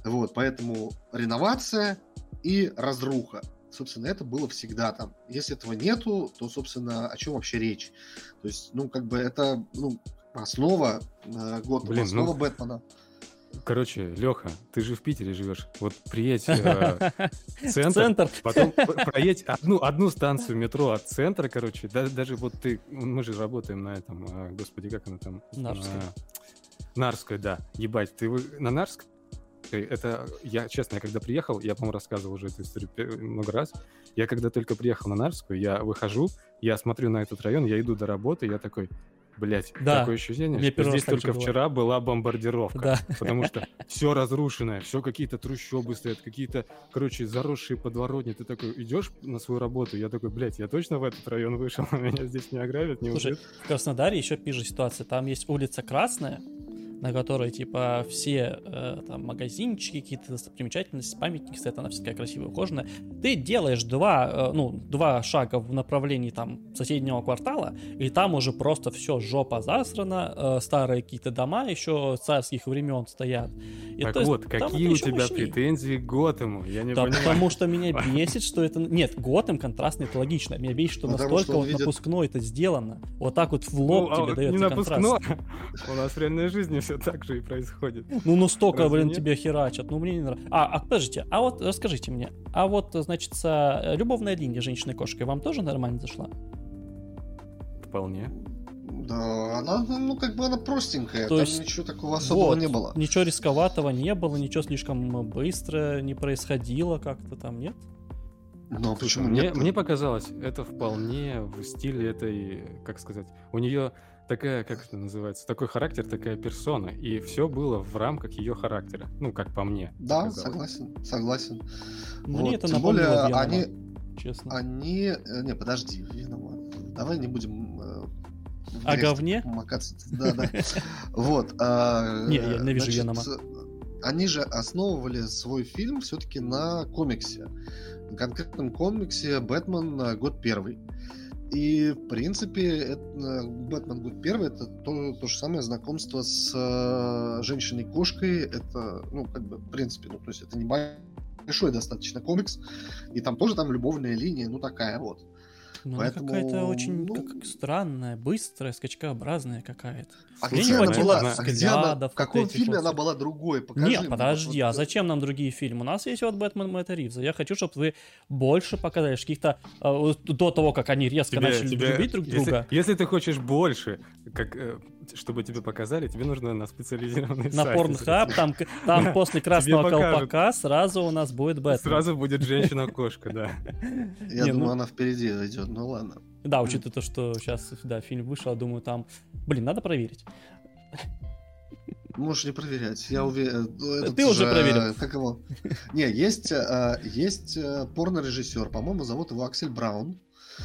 Вот, поэтому реновация и разруха. Собственно, это было всегда там. Если этого нету, то, собственно, о чем вообще речь? То есть, ну, как бы это, ну, основа Готэма, основа Бэтмена. Короче, Леха, ты же в Питере живешь. Вот приедь в центр, потом проедь одну станцию метро от центра, короче. Даже вот мы же работаем на этом, господи, как она там? Нарской, да. Ебать, ты на Нарской? Это, честно, я когда приехал, я, по-моему, рассказывал уже эту историю много раз. Я когда только приехал на Нарскую, я выхожу, я смотрю на этот район, я иду до работы, я такой... Блять, такое ощущение, что здесь только вчера была бомбардировка. Да. Потому что все разрушенное, все какие-то трущобы стоят, какие-то, короче, заросшие подворотни. Ты такой идешь на свою работу, я такой, блять, я точно в этот район вышел, меня здесь не ограбят, не убьют. Слушай, в Краснодаре еще пизже ситуация. Там есть улица Красная, на которой, типа, все там магазинчики, какие-то достопримечательности, памятники стоят, она вся такая красивая, ухоженная. Ты делаешь два шага в направлении там соседнего квартала, и там уже просто все жопа засрана, старые какие-то дома еще царских времен стоят. И, так вот, какие у тебя претензии к Готэму? Я не понимаю. Потому что меня бесит, что это... Нет, Готэм контрастный, это логично. Меня бесит, что настолько вот напускно это сделано. Вот так вот в лоб тебе дается контраст. Не напускно, у нас в реальной жизни все так же и происходит. Ну столько, тебе херачат. Ну, мне не нравится. Подождите, а вот расскажите мне. А вот, значит, любовная линия женщины-кошкой вам тоже нормально зашла? Вполне. Да, она, она простенькая, то там есть, ничего такого особого не было. Ничего рисковатого не было, ничего слишком быстро не происходило как-то там, нет? Ну, почему нет? Мне показалось, это вполне в стиле этой, как сказать, у нее такая, как это называется, такой характер, такая персона, и все было в рамках ее характера, ну, как по мне. Да, согласен. Мне это напомнило Венома, честно. Не, подожди, Венома, давай не будем... О говне? Да. Вот. Не, я ненавижу Венома. Они же основывали свой фильм все-таки на комиксе. На конкретном комиксе «Бэтмен. Год первый». И, в принципе, «Бэтмен. Год первый» — это то же самое знакомство с женщиной-кошкой. Это, в принципе, то есть это не большой достаточно комикс. И там тоже любовная линия, такая вот. Ну, поэтому, она какая-то очень странная, быстрая, скачкообразная какая-то. А где она была? В каком фильме она была другой? Покажи. Нет, подожди, а зачем нам другие фильмы? У нас есть вот «Бэтмен» Мэтта Ривза. Я хочу, чтобы вы больше показали каких-то... До того, как они резко начали любить друг друга. Если ты хочешь больше, чтобы тебе показали, тебе нужно на специализированный сайт. На Pornhub, там после «Красного колпака» сразу у нас будет «Бэтмен». Сразу будет женщина-кошка, да. Я думаю, она впереди идет. Ну ладно. Да, учитывая то, что сейчас, фильм вышел, я думаю, там... надо проверить. Можешь не проверять, я уверен. Ты уже проверил. Как его? Не, есть порно-режиссер, по-моему, зовут его Аксель Браун.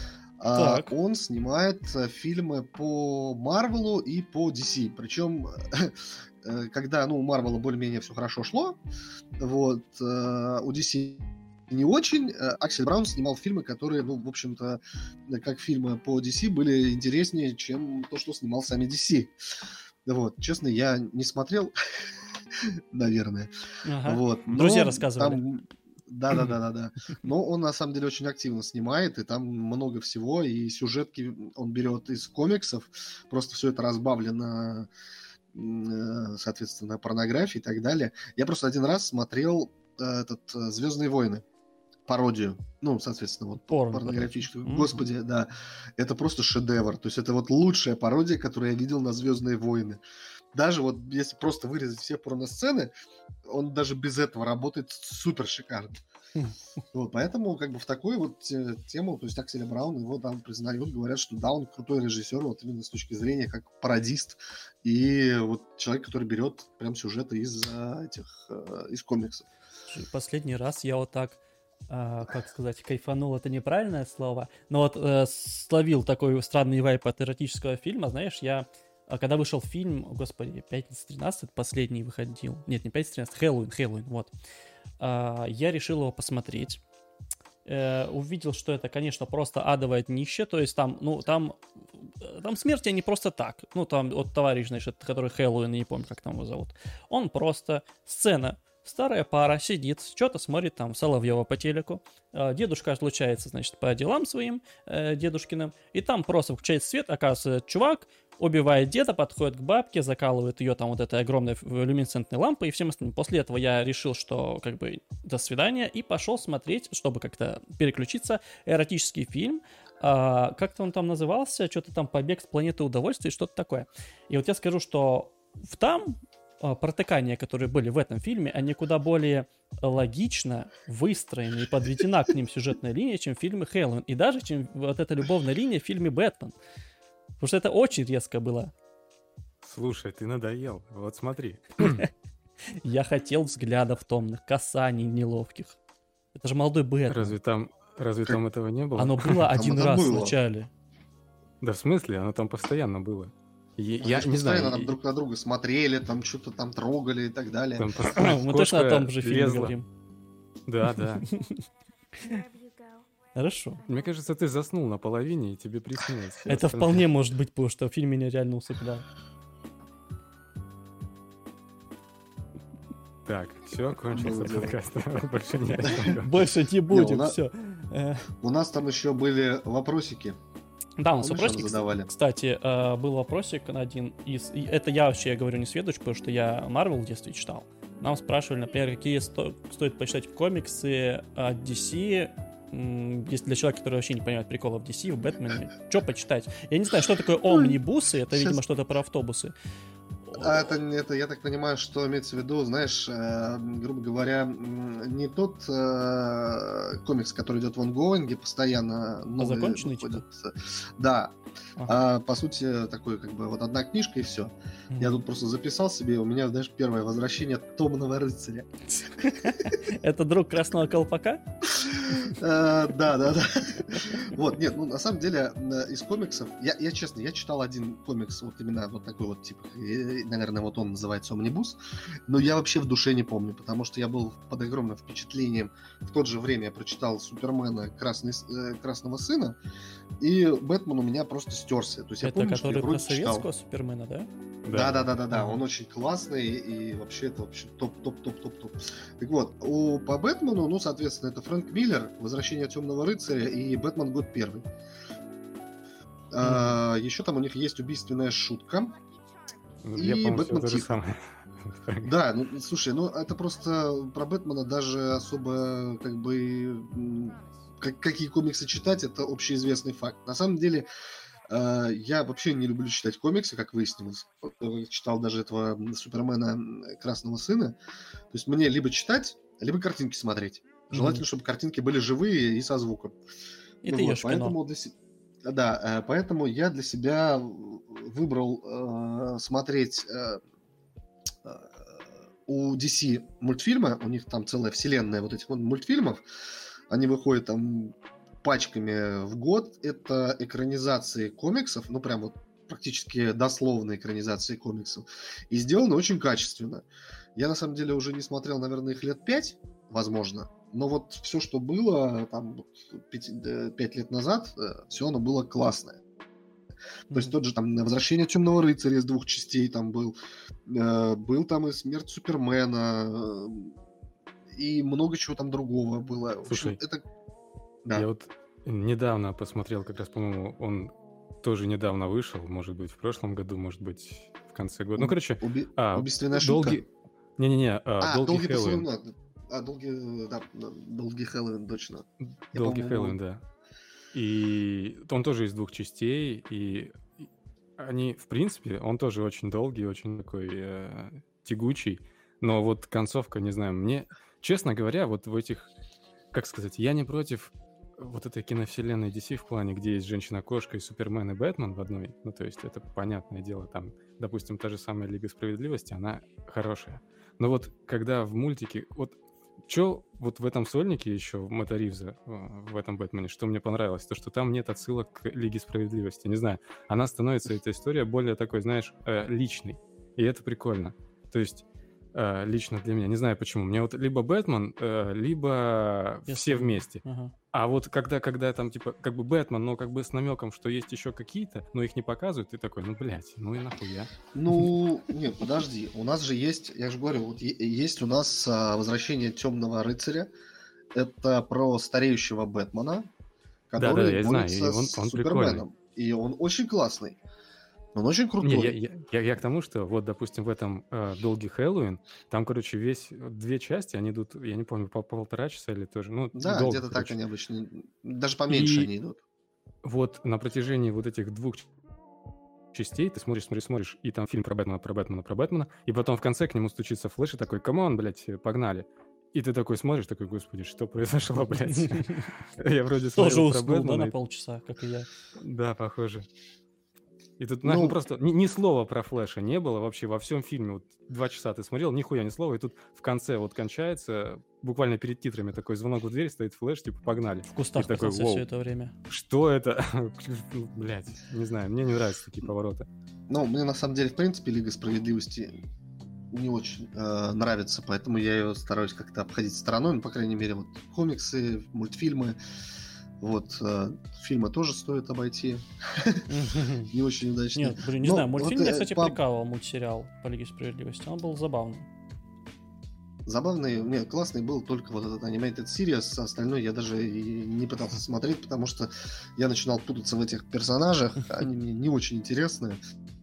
Он снимает фильмы по Марвелу и по DC. Причем, когда у Марвела более-менее все хорошо шло, вот, у DC не очень. Аксель Браун снимал фильмы, которые, в общем-то, как фильмы по DC, были интереснее, чем то, что снимал сами DC. Вот, честно, я не смотрел, наверное. Ага. Вот. Друзья рассказывали. Да. Но он, на самом деле, очень активно снимает, и там много всего, и сюжетки он берет из комиксов, просто все это разбавлено, соответственно, порнографией и так далее. Я просто один раз смотрел «Звездные войны», пародию, соответственно, порнографическую. Господи, да, это просто шедевр. То есть это лучшая пародия, которую я видел на «Звездные войны». Даже если просто вырезать все порносцены, он даже без этого работает супер шикарно. Поэтому в такую тему, то есть Акселя Брауна, его там признают, говорят, что да, он крутой режиссер, именно с точки зрения как пародист и человек, который берет прям сюжеты из комиксов. Последний раз я как сказать, кайфанул, это неправильное слово, но словил такой странный вайп от эротического фильма, знаешь, когда вышел фильм, господи, «Пятница 13», последний выходил, нет, не «Пятница 13», «Хэллоуин», вот, я решил его посмотреть, увидел, что это, конечно, просто адовое днище, то есть там смерти не просто так, там товарищ, значит, который Хэллоуин, не помню, как там его зовут, он просто сцена старая пара сидит, что-то смотрит там Соловьева по телеку. Дедушка отлучается, значит, по делам своим дедушкиным. И там просто включает свет, оказывается, чувак убивает деда, подходит к бабке, закалывает ее там вот этой огромной люминесцентной лампой и всем остальным. После этого я решил, что как бы до свидания, и пошел смотреть, чтобы как-то переключиться, эротический фильм. Как-то он там назывался, что-то там «Побег с планеты удовольствия», что-то такое. И вот я скажу, что там протыкания, которые были в этом фильме, они куда более логично выстроены и подведена к ним сюжетная линия, чем в фильме «Хэллоуин», и даже чем вот эта любовная линия в фильме «Бэтмен». Потому что это очень резко было. Слушай, ты надоел. Вот смотри. Я хотел взглядов томных, касаний неловких. Это же молодой Бэтмен. Разве там этого не было? Оно было один раз в начале. Да в смысле? Оно там постоянно было. Я не знаю. Там друг на друга смотрели, там что-то там трогали и так далее. Мы точно о том же фильме говорим. Да. Хорошо. Мне кажется, ты заснул наполовине, и тебе приснилось. Это вполне может быть, потому что фильм меня реально усыплял. Так, все, кончился подкаст. Больше не Больше не будем, все. У нас там еще были вопросики. Да, у нас вопросики задавали. Кстати, был вопросик один из... Это я вообще говорю не сведущ, потому что я Marvel в детстве читал. Нам спрашивали, например, какие стоит почитать комиксы от DC, если для человека, который вообще не понимает приколов DC, в Бэтмене, что почитать? Я не знаю, что такое омнибусы, это, видимо, что-то про автобусы. Это, я так понимаю, что имеется в виду, знаешь, грубо говоря, не тот комикс, который идет в онгоинге, постоянно новые законченный, выходят. типа? Да. По сути, такой, как бы, вот одна книжка и все. Я тут просто записал себе, у меня, знаешь, первое возвращение Томного рыцаря. Это друг Красного Колпака? Да. Вот, нет, ну, на самом деле, из комиксов, я честно, я читал один комикс, вот именно вот такой вот, типа, наверное, вот он называется «Омнибус», но я вообще в душе не помню, потому что я был под огромным впечатлением. В то же время я прочитал «Супермена. Красного сына», и «Бэтмен» у меня просто стерся. То есть это я помню, который про советского Супермена, да? Да. Он очень классный, и вообще это вообще топ. Так вот, по Бэтмену, ну, соответственно, это Фрэнк Миллер, «Возвращение темного рыцаря» и «Бэтмен. Год первый». Еще там у них есть «Убийственная шутка». И «Бэтмен Тихо». Да, ну, слушай, ну, это просто про Бэтмена даже особо, как бы, какие комиксы читать, это общеизвестный факт. На самом деле, я вообще не люблю читать комиксы, как выяснилось. Читал даже этого Супермена Красного сына. То есть мне либо читать, либо картинки смотреть. Желательно, чтобы картинки были живые и со звуком. И ты ешь кино. Да, поэтому я для себя выбрал смотреть у DC мультфильмы. У них там целая вселенная вот этих вот мультфильмов. Они выходят там пачками в год. Это экранизации комиксов, ну прям вот практически дословные экранизации комиксов. И сделаны очень качественно. Я на самом деле уже не смотрел, наверное, их лет 5, возможно. Но вот все, что было там 5 лет назад, все оно было классное. То есть тот же там «Возвращение темного рыцаря» из 2 частей там был. Был там и «Смерть Супермена», и много чего там другого было. Слушай, это... Да. Я вот недавно посмотрел, как раз, по-моему, он тоже недавно вышел, может быть, в прошлом году, может быть, в конце года. Ну, короче... Убийственная шутка? Не-не-не, «Долгий Хэллоуин». «Долгий Хэллоуин», точно. «Долгий Хэллоуин», да. И он тоже из 2 частей, и они, в принципе, он тоже очень долгий, очень такой тягучий, но вот концовка, не знаю, мне, честно говоря, вот в этих, как сказать, я не против вот этой киновселенной DC в плане, где есть Женщина-кошка и Супермен и Бэтмен в одной, ну, то есть это понятное дело, там, допустим, та же самая Лига Справедливости, она хорошая, но вот когда в мультике, вот что вот в этом сольнике еще, в Мэтта Ривза, в этом Бэтмене, что мне понравилось, то, что там нет отсылок к Лиге Справедливости. Не знаю, она становится, эта история, более такой, знаешь, личной. И это прикольно. То есть лично для меня. Не знаю почему. Мне вот либо Бэтмен, либо все вместе. А вот когда там, типа, как бы Бэтмен, но как бы с намеком, что есть еще какие-то, но их не показывают, ты такой, ну, блядь, ну и нахуя. Ну, нет, подожди. У нас же есть, я же говорю, вот есть у нас «Возвращение темного рыцаря». Это про стареющего Бэтмена, который борется с Суперменом. И он очень классный. Он очень крутой. Не, я к тому, что вот, допустим, в этом «Долгий Хэллоуин», там, короче, две части, они идут, я не помню, по 1,5 часа или тоже, ну, да, долго, где-то так они обычно, даже поменьше они идут. Вот на протяжении вот этих 2 частей ты смотришь, и там фильм про Бэтмена, и потом в конце к нему стучится Флэш и такой, камон, блядь, погнали. И ты такой смотришь, такой, господи, что произошло, блядь? Я вроде смотрел про Бэтмена. Тоже уснул, да, на полчаса, как и я. Да, похоже. И тут просто ни слова про Флэша не было вообще во всем фильме. Вот 2 часа ты смотрел, нихуя ни слова, и тут в конце вот кончается, буквально перед титрами такой звонок в дверь, стоит Флэш, типа, погнали. В кустах прятался все это время. Что это? Блядь, не знаю, мне не нравятся такие повороты. Ну, мне на самом деле, в принципе, Лига Справедливости не очень нравится, поэтому я ее стараюсь как-то обходить стороной, ну, по крайней мере, вот комиксы, мультфильмы. Вот, фильмы тоже стоит обойти. Не очень удачно. Нет, блин, не знаю, мультфильм меня, кстати, прикалывал, мультсериал по Лиге Справедливости. Он был забавный. Забавный, нет, классный был только вот этот Animated Series, остальное я даже и не пытался смотреть, потому что я начинал путаться в этих персонажах, они мне не очень интересны.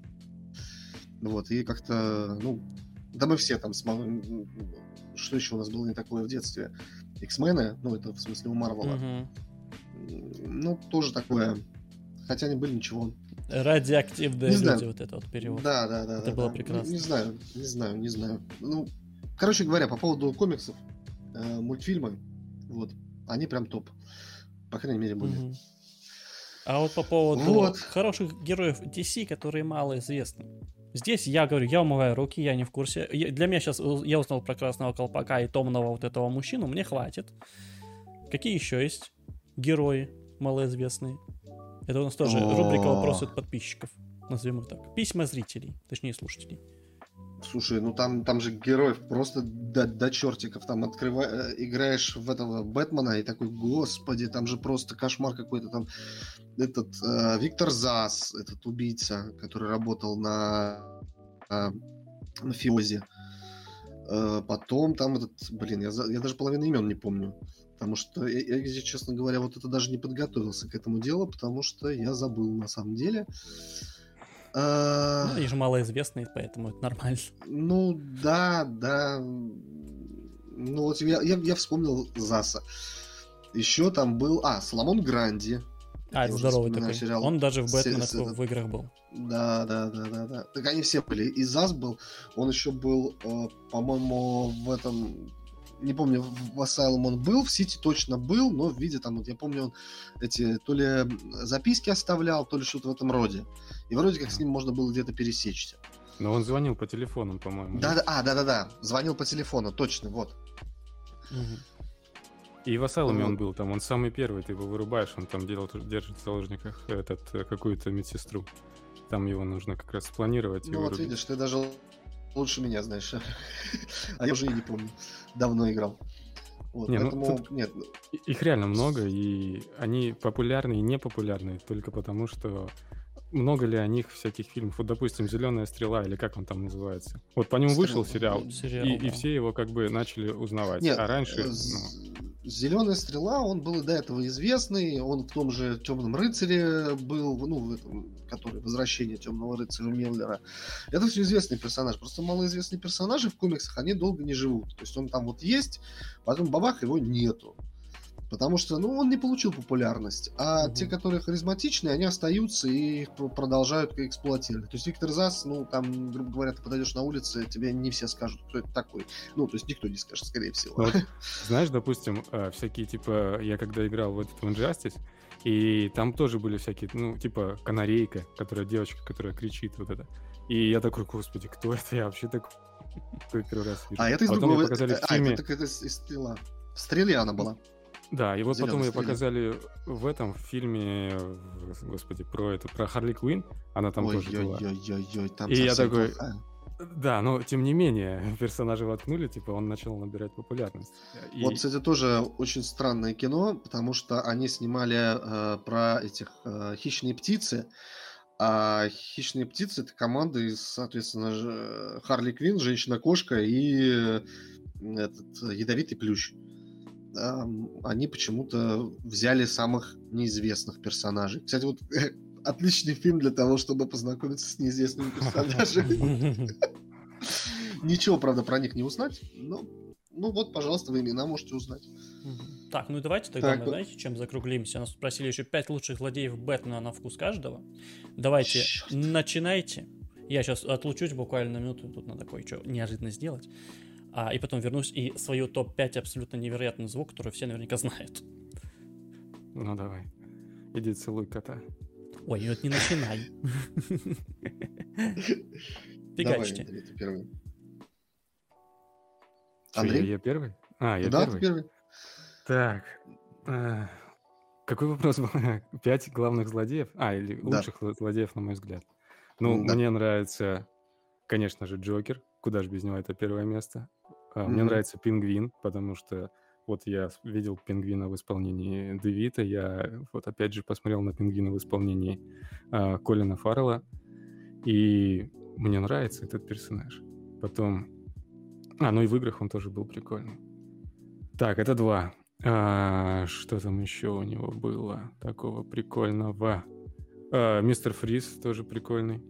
Вот, и как-то, ну, да мы все там что еще у нас было не такое в детстве? X-мены, ну, это в смысле у Марвела. Ну, тоже такое. Хотя они были ничего. Радиоактивные люди, вот это вот перевод. Да. Это было прекрасно. Не знаю. Ну, короче говоря, по поводу комиксов, мультфильмы, вот, они прям топ. По крайней мере, были. А вот по поводу хороших героев DC, которые мало известны. Здесь я говорю, я умываю руки, я не в курсе. Для меня сейчас, я узнал про Красного Колпака и томного вот этого мужчину, мне хватит. Какие еще есть герои малоизвестные? Это у нас тоже рубрика «Вопросы от подписчиков», назовем их так. Письма зрителей, точнее слушателей. Слушай, ну там же героев просто до чертиков. Там играешь в этого Бэтмена и такой, господи, там же просто кошмар какой-то. Там этот Виктор Зас, этот убийца, который работал на мафиози. Потом там этот, блин, я даже половину имен не помню. Потому что я, честно говоря, вот это даже не подготовился к этому делу, потому что я забыл на самом деле. Они же малоизвестные, поэтому это нормально. Ну, да. Ну, вот я вспомнил Заса. Еще там был... Соломон Гранди. Это здоровый такой. Сериал. Он даже в Бэтменах в играх был. Да. Так они все были. И Зас был. Он еще был, по-моему, в этом... Не помню, в Asylum он был, в Сити точно был, но в виде там, вот я помню, он эти то ли записки оставлял, то ли что-то в этом роде. И вроде как с ним можно было где-то пересечься. Но он звонил по телефону, по-моему. Да. Звонил по телефону, точно, вот. И в Asylum он был там, он самый первый, ты его вырубаешь, он там держит в заложниках какую-то медсестру. Там его нужно как раз спланировать и вырубить. Вот видишь, ты даже лучше меня знаешь. А я уже и не помню. Давно играл. Вот, нет. Их реально много, и они популярны и непопулярны только потому, что много ли о них всяких фильмов. Вот, допустим, «Зеленая стрела», или как он там называется. Вот по нему вышел сериал, и все его как бы начали узнавать. Нет, а раньше... «Зеленая стрела», он был и до этого известный, он в том же «Темном рыцаре» был, ну, в этом, который «Возвращение темного рыцаря» Миллера. Это все известный персонаж, просто малоизвестные персонажи в комиксах, они долго не живут. То есть он там вот есть, потом бабах, его нету. Потому что, ну, он не получил популярность. А те, которые харизматичные, они остаются и их продолжают эксплуатировать. То есть Виктор Зас, ну, там, грубо говоря, ты подойдешь на улице, тебе не все скажут, кто это такой. Ну, то есть никто не скажет, скорее всего. Вот, знаешь, допустим, всякие, типа, я когда играл в этот Injustice, и там тоже были всякие, ну, типа, канарейка, которая девочка, которая кричит вот это. И я такой, господи, кто это? Я вообще такой первый раз вижу. А это из другого... это из «Стрела». В «Стреле» она была. Да, и вот потом ее показали в этом фильме, господи, про Харли Квинн, она там тоже была. Там и я такой, Да, но тем не менее, персонажа воткнули, типа он начал набирать популярность. Вот, кстати, тоже очень странное кино, потому что они снимали про этих «Хищные птицы», а «Хищные птицы» — это команда из, соответственно, Харли Квинн, Женщина-кошка и этот Ядовитый плющ. Они почему-то взяли самых неизвестных персонажей. Кстати, вот отличный фильм для того, чтобы познакомиться с неизвестными персонажами. Ничего, правда, про них не узнать, но ну вот, пожалуйста, вы имена можете узнать. Так, ну и давайте тогда мы, знаете, чем закруглимся? Нас спросили еще 5 лучших злодеев Бэтмена на вкус каждого. Давайте, начинайте. Я сейчас отлучусь буквально на минуту, тут надо кое-что неожиданно сделать. И потом вернусь и свою топ-5 абсолютно невероятный звук, который все наверняка знают. Ну давай, иди целуй кота. Ой, вот не начинай. Фигачьте. Давай, ты первый. Андрей? Я первый? Я да, первый? Ты первый. Так. Какой вопрос был? 5 главных злодеев? Или лучших злодеев, на мой взгляд. Мне нравится, конечно же, Джокер. Куда же без него, это первое место. Мне нравится Пингвин, потому что вот я видел Пингвина в исполнении Де Вита. Я вот опять же посмотрел на Пингвина в исполнении Колина Фаррелла. И мне нравится этот персонаж. Потом... ну и в играх он тоже был прикольный. Так, это 2. Что там еще у него было такого прикольного? Мистер Фриз тоже прикольный.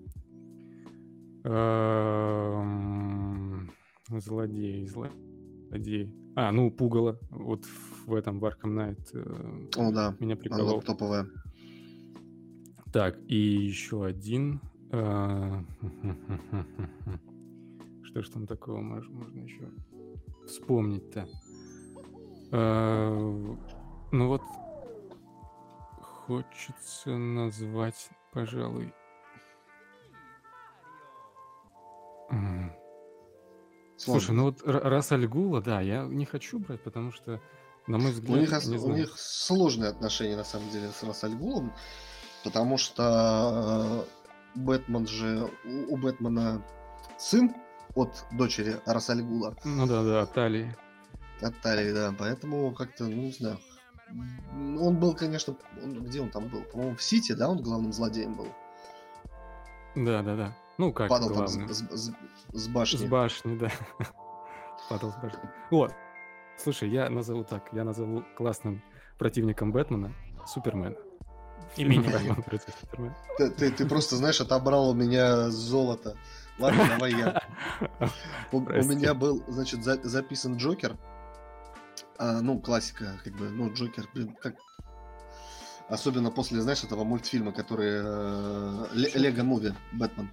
Злодей. Пугало. Вот в этом Arkham Knight да. меня приколол. Топовая. Так, и еще один. Что ж там такого можно еще вспомнить-то? Вот хочется назвать, пожалуй. Слушай, вот Рас Аль Гула, да, я не хочу брать, потому что, на мой взгляд, у них сложные отношения, на самом деле, с Рас Аль Гулом, потому что Бэтмен же... У Бэтмена сын от дочери Рас Аль Гула. Ну да, от Талии. От Талии, да, поэтому как-то, не знаю... Он был, конечно... Где он там был? По-моему, в Сити, да, он главным злодеем был? Да. Ну, как падал главный. Там с башни. С башни, да. Падал с башни. Вот. Слушай, я назову классным противником Бэтмена Супермена. Бэтмен против Супермена. Ты просто, знаешь, отобрал у меня золото. Ладно, давай я. У меня был, значит, записан Джокер. Классика, как бы, Джокер, как... Особенно после, знаешь, этого мультфильма, который Лего Муви Бэтмен.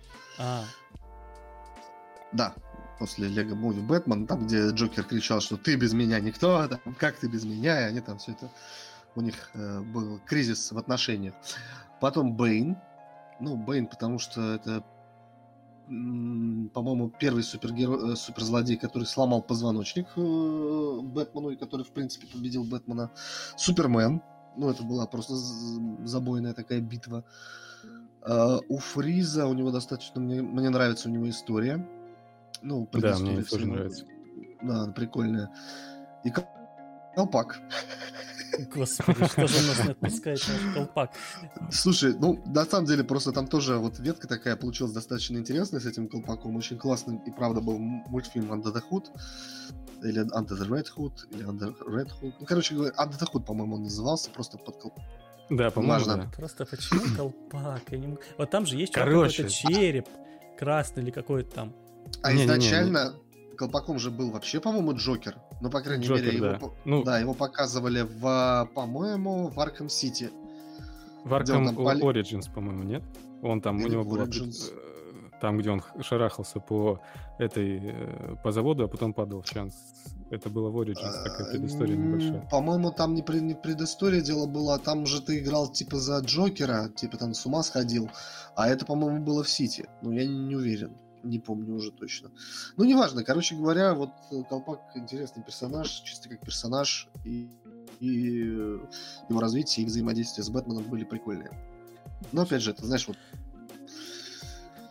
Да, после Лего Муви Бэтмен, там, где Джокер кричал, что ты без меня никто, там, как ты без меня, и они там все это... У них был кризис в отношениях. Потом Бэйн. Бэйн, потому что это, по-моему, первый суперзлодей, который сломал позвоночник Бэтмену, и который, в принципе, победил Бэтмена. Супермен. Это была просто забойная такая битва. У Фриза, у него достаточно... Мне нравится у него история. Да, мне тоже нравится. Да, прикольная. И Колпак. Господи, что же нас не отпускает наш Колпак? Слушай, на самом деле, просто там тоже вот ветка такая получилась достаточно интересная с этим Колпаком. Очень классный, и правда, был мультфильм Under the Hood. Или Under the Red Hood, или Under Red Hood. Короче говоря, Under the Hood, по-моему, он назывался, просто под Колпак. Да, по-моему, да. Просто почему Колпак? Вот там же есть какой-то череп красный или какой-то там. Изначально Колпаком же был вообще, по-моему, Джокер. По крайней мере, его показывали по-моему, в Arkham City. В Arkham Origins, по-моему, нет? Он там, у него было... Там, где он шарахался по заводу, а потом падал в шанс. Это было в Origins, такая предыстория небольшая. По-моему, там не предыстория дело было, там же ты играл типа за Джокера, типа там с ума сходил, а это, по-моему, было в Сити. Я не уверен, не помню уже точно. Неважно, короче говоря, вот Колпак интересный персонаж, чисто как персонаж, и его развитие и взаимодействие с Бэтменом были прикольные. Но опять же, это, знаешь, вот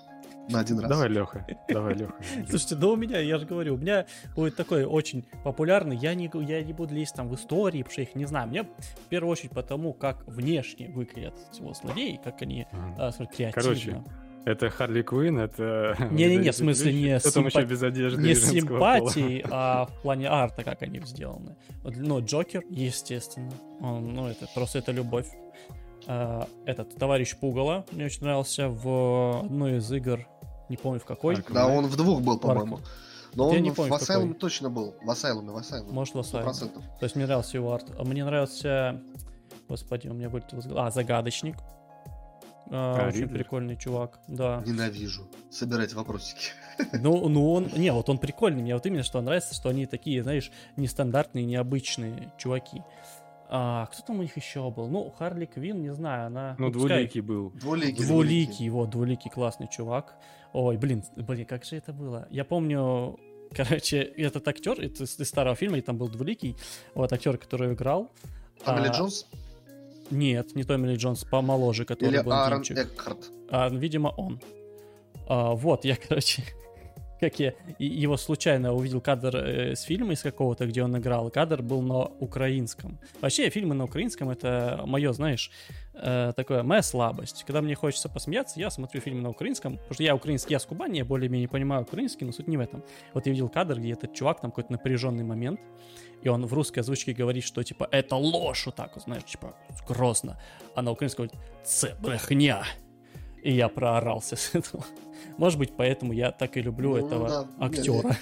на один раз. Давай, Леха. Слушайте, да у меня, я же говорю, у меня будет такой очень популярный, я не буду лезть там в истории, потому что я их не знаю. Мне в первую очередь потому, как внешне выглядят злодеи, как они креативно. Короче, это Харли Квинн, это... Не-не-не, в смысле не симпатии, а в плане арта, как они сделаны. Ну, Джокер, естественно. Это просто это любовь. Этот товарищ Пугало мне очень нравился в одной из игр, не помню в какой. Да, он в 2 был, по-моему. Но я он не помню, в Асайлуме точно был. В Асайлуме. Может, в Асайлуме. 100%. То есть мне нравился его арт. А мне нравился... Господи, у меня будет... Загадочник. Очень прикольный чувак, да. Ненавижу собирать вопросики. Ну он... Не, вот он прикольный. Мне вот именно что нравится, что они такие, знаешь, нестандартные, необычные чуваки. Кто там у них еще был? Ну, Харли Квинн, не знаю, она... Ну, Двуликий был. Двуликий, классный чувак. Ой, блин, как же это было? Я помню, короче, этот актер из старого фильма, и там был Двуликий, вот актер, который играл. Томми Ли Джонс? Нет, не Томми Ли Джонс, помоложе, который или был Аарон Экхарт. Видимо, он. Вот, я, короче... Как я его случайно увидел кадр с фильма из какого-то, где он играл. Кадр был на украинском. Вообще, фильмы на украинском — это мое, знаешь, моя слабость. Когда мне хочется посмеяться, я смотрю фильмы на украинском, потому что я украинский, я с Кубани, я более-менее понимаю украинский, но суть не в этом. Вот я видел кадр, где этот чувак, там какой-то напряженный момент, и он в русской озвучке говорит, что, типа, это ложь, вот так вот, знаешь, типа, грозно. А на украинском говорит, це брехня. И я проорался с этого. Может быть, поэтому я так и люблю этого актера.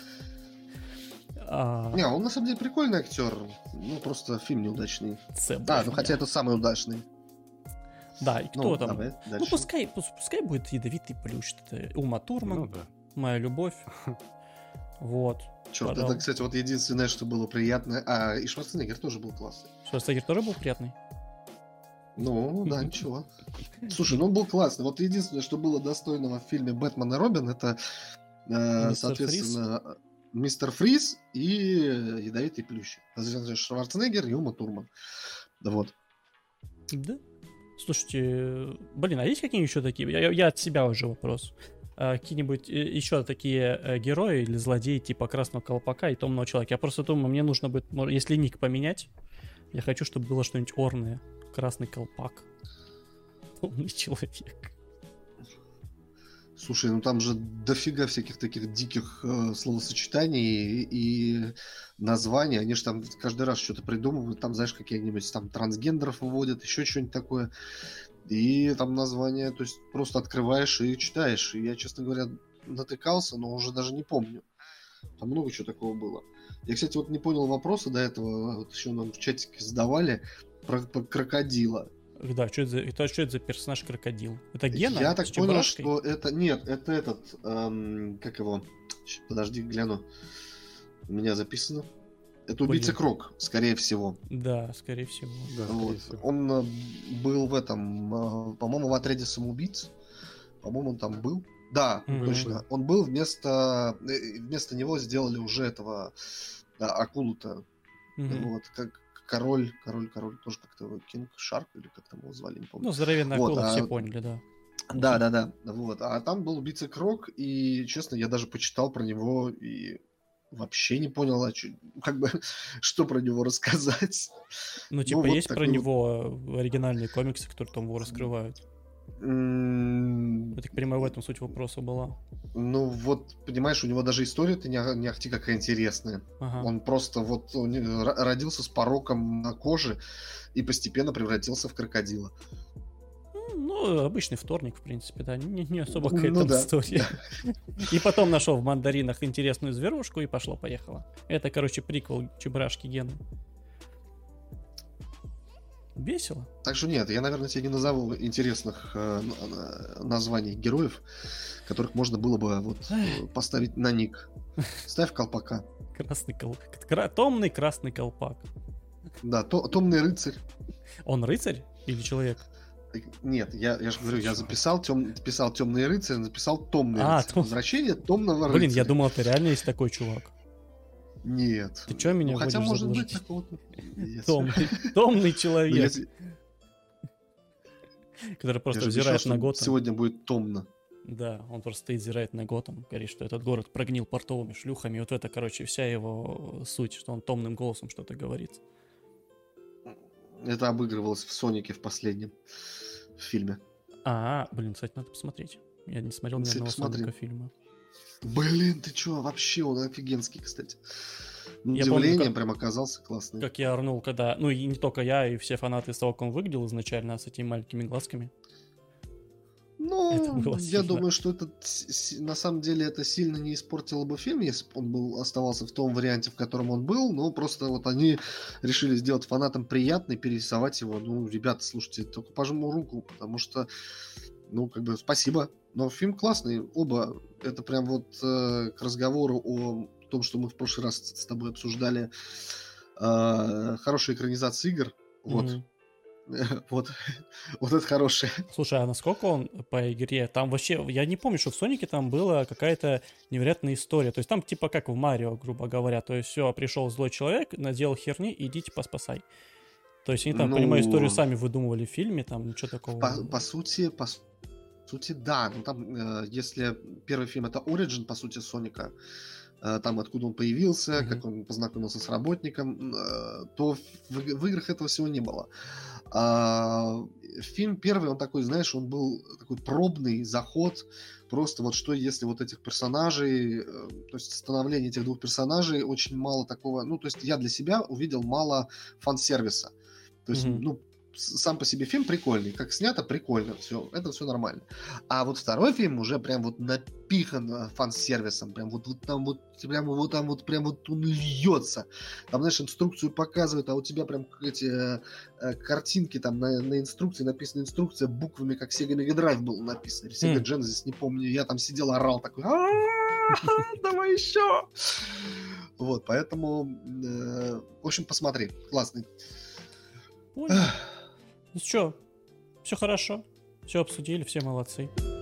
Не, он на самом деле прикольный актер. Ну, просто фильм неудачный. Хотя это самый удачный. Да, и кто там? Ну, пускай будет Ядовитый плющ. Это Ума Турман, моя любовь. Вот. Черт, это, кстати, вот единственное, что было приятное. И Шварценеггер тоже был классный. Шварценеггер тоже был приятный? Ну, да, ничего. Слушай, он был классный. Вот единственное, что было достойного в фильме «Бэтмен и Робин», это, соответственно, Мистер Фриз и Ядовитый плющ. Шварценеггер и Ума Турман. Да вот. Да? Слушайте, блин, а есть какие-нибудь еще такие? Я от себя уже вопрос. Какие-нибудь еще такие герои или злодеи типа Красного Колпака и Томного Человека? Я просто думаю, мне нужно будет, если ник поменять, я хочу, чтобы было что-нибудь орное. Красный Колпак. Умный человек. Слушай, там же дофига всяких таких диких словосочетаний и названий. Они же там каждый раз что-то придумывают. Там, знаешь, какие-нибудь там трансгендеров выводят, еще что-нибудь такое. И там название, то есть просто открываешь и читаешь. И я, честно говоря, натыкался, но уже даже не помню. Там много чего такого было. Я, кстати, вот не понял вопроса до этого. Вот еще нам в чатике задавали про крокодила. Да, что это за персонаж крокодил? Это Гена? Я так понял, что это... Нет, это этот... как его? Подожди, гляну. У меня записано. Это убийца Крок, скорее всего. Да, скорее всего. Да, вот. Он был в этом... по-моему, в отряде самоубийц. По-моему, он там был. Да, точно. Он был вместо него сделали уже этого акулу-то. Вот, как король, тоже как-то Кинг Шарк, или как там его звали, не помню. Ну, здоровенная акула, все поняли, да. Да. Вот. А там был убийца Крок, и, честно, я даже почитал про него и вообще не понял, что про него рассказать. Ну, типа, есть про него оригинальные комиксы, которые там его раскрывают? Я так понимаю, в этом суть вопроса была. Ну вот, понимаешь, у него даже история-то не ахти какая интересная. Он просто он родился с пороком на коже и постепенно превратился в крокодила. Ну, обычный вторник, в принципе, да, не особо какая-то история. И потом нашел в мандаринах интересную зверушку и пошло-поехало. Это, короче, приквел Чебурашки Гены. Весело. Так что нет, я, наверное, тебе не назову интересных названий героев, которых можно было бы поставить на ник. Ставь Колпака. Красный колпак. Томный красный колпак. Да, томный рыцарь. Он рыцарь или человек? Нет, я же говорю, я писал темный рыцарь, написал томный рыцарь. Возвращение томного рыцаря. Блин, я думал, это реально есть такой чувак. Нет. Ты что меня хотя может заблужить? быть такого. Томный человек. Который просто взираешь на Готэм. Сегодня будет томно. Да, он просто стоит, зирает на Готэм, говорит, что этот город прогнил портовыми шлюхами. И вот это, короче, вся его суть, что он томным голосом что-то говорит. Это обыгрывалось в «Сонике» в последнем фильме. Блин, кстати, надо посмотреть. Я не смотрел ни одного Посмотри. Соника фильма. Блин, ты чё, вообще он офигенский, кстати. На Я удивление помню, прям оказался классный. Как я орнул, когда... Ну, и не только я, и все фанаты из того, как он выглядел изначально, с этими маленькими глазками. Ну, я думаю, что это на самом деле это сильно не испортило бы фильм, если бы он оставался в том варианте, в котором он был. Но просто вот они решили сделать фанатам приятно и перерисовать его. Ну, ребята, слушайте, только пожму руку, потому что, ну, как бы, спасибо. Но фильм классный, оба. Это прям вот к разговору о том, что мы в прошлый раз с тобой обсуждали, хорошая экранизация игр. Вот. Mm-hmm. Вот это хорошее. Слушай, а насколько он по игре? Там вообще, я не помню, что в Сонике там была какая-то невероятная история. То есть там типа как в Марио, грубо говоря. То есть все, пришел злой человек, наделал херни, идите поспасай. То есть они там, понимаю, историю сами выдумывали в фильме, там ничего такого. По сути, да. Ну там, если первый фильм это Origin, по сути, Соника, там откуда он появился, как он познакомился с работником, то в играх этого всего не было. Фильм первый, он такой, знаешь, он был такой пробный заход, просто вот что если вот этих персонажей, то есть становление этих двух персонажей, очень мало такого, ну, то есть я для себя увидел мало фан-сервиса. То есть, ну, сам по себе фильм прикольный, как снято, прикольно, все, это все нормально. А вот второй фильм уже прям вот напихан фан-сервисом, прям вот там вот он льется. Там, знаешь, инструкцию показывают, а у тебя прям эти картинки там на инструкции, написана инструкция буквами, как Sega Mega Drive было написано. Sega Genesis, не помню, я там сидел, орал такой, давай еще! Вот, поэтому, в общем, посмотри, классный. Понял. Ну что, все хорошо, все обсудили, все молодцы.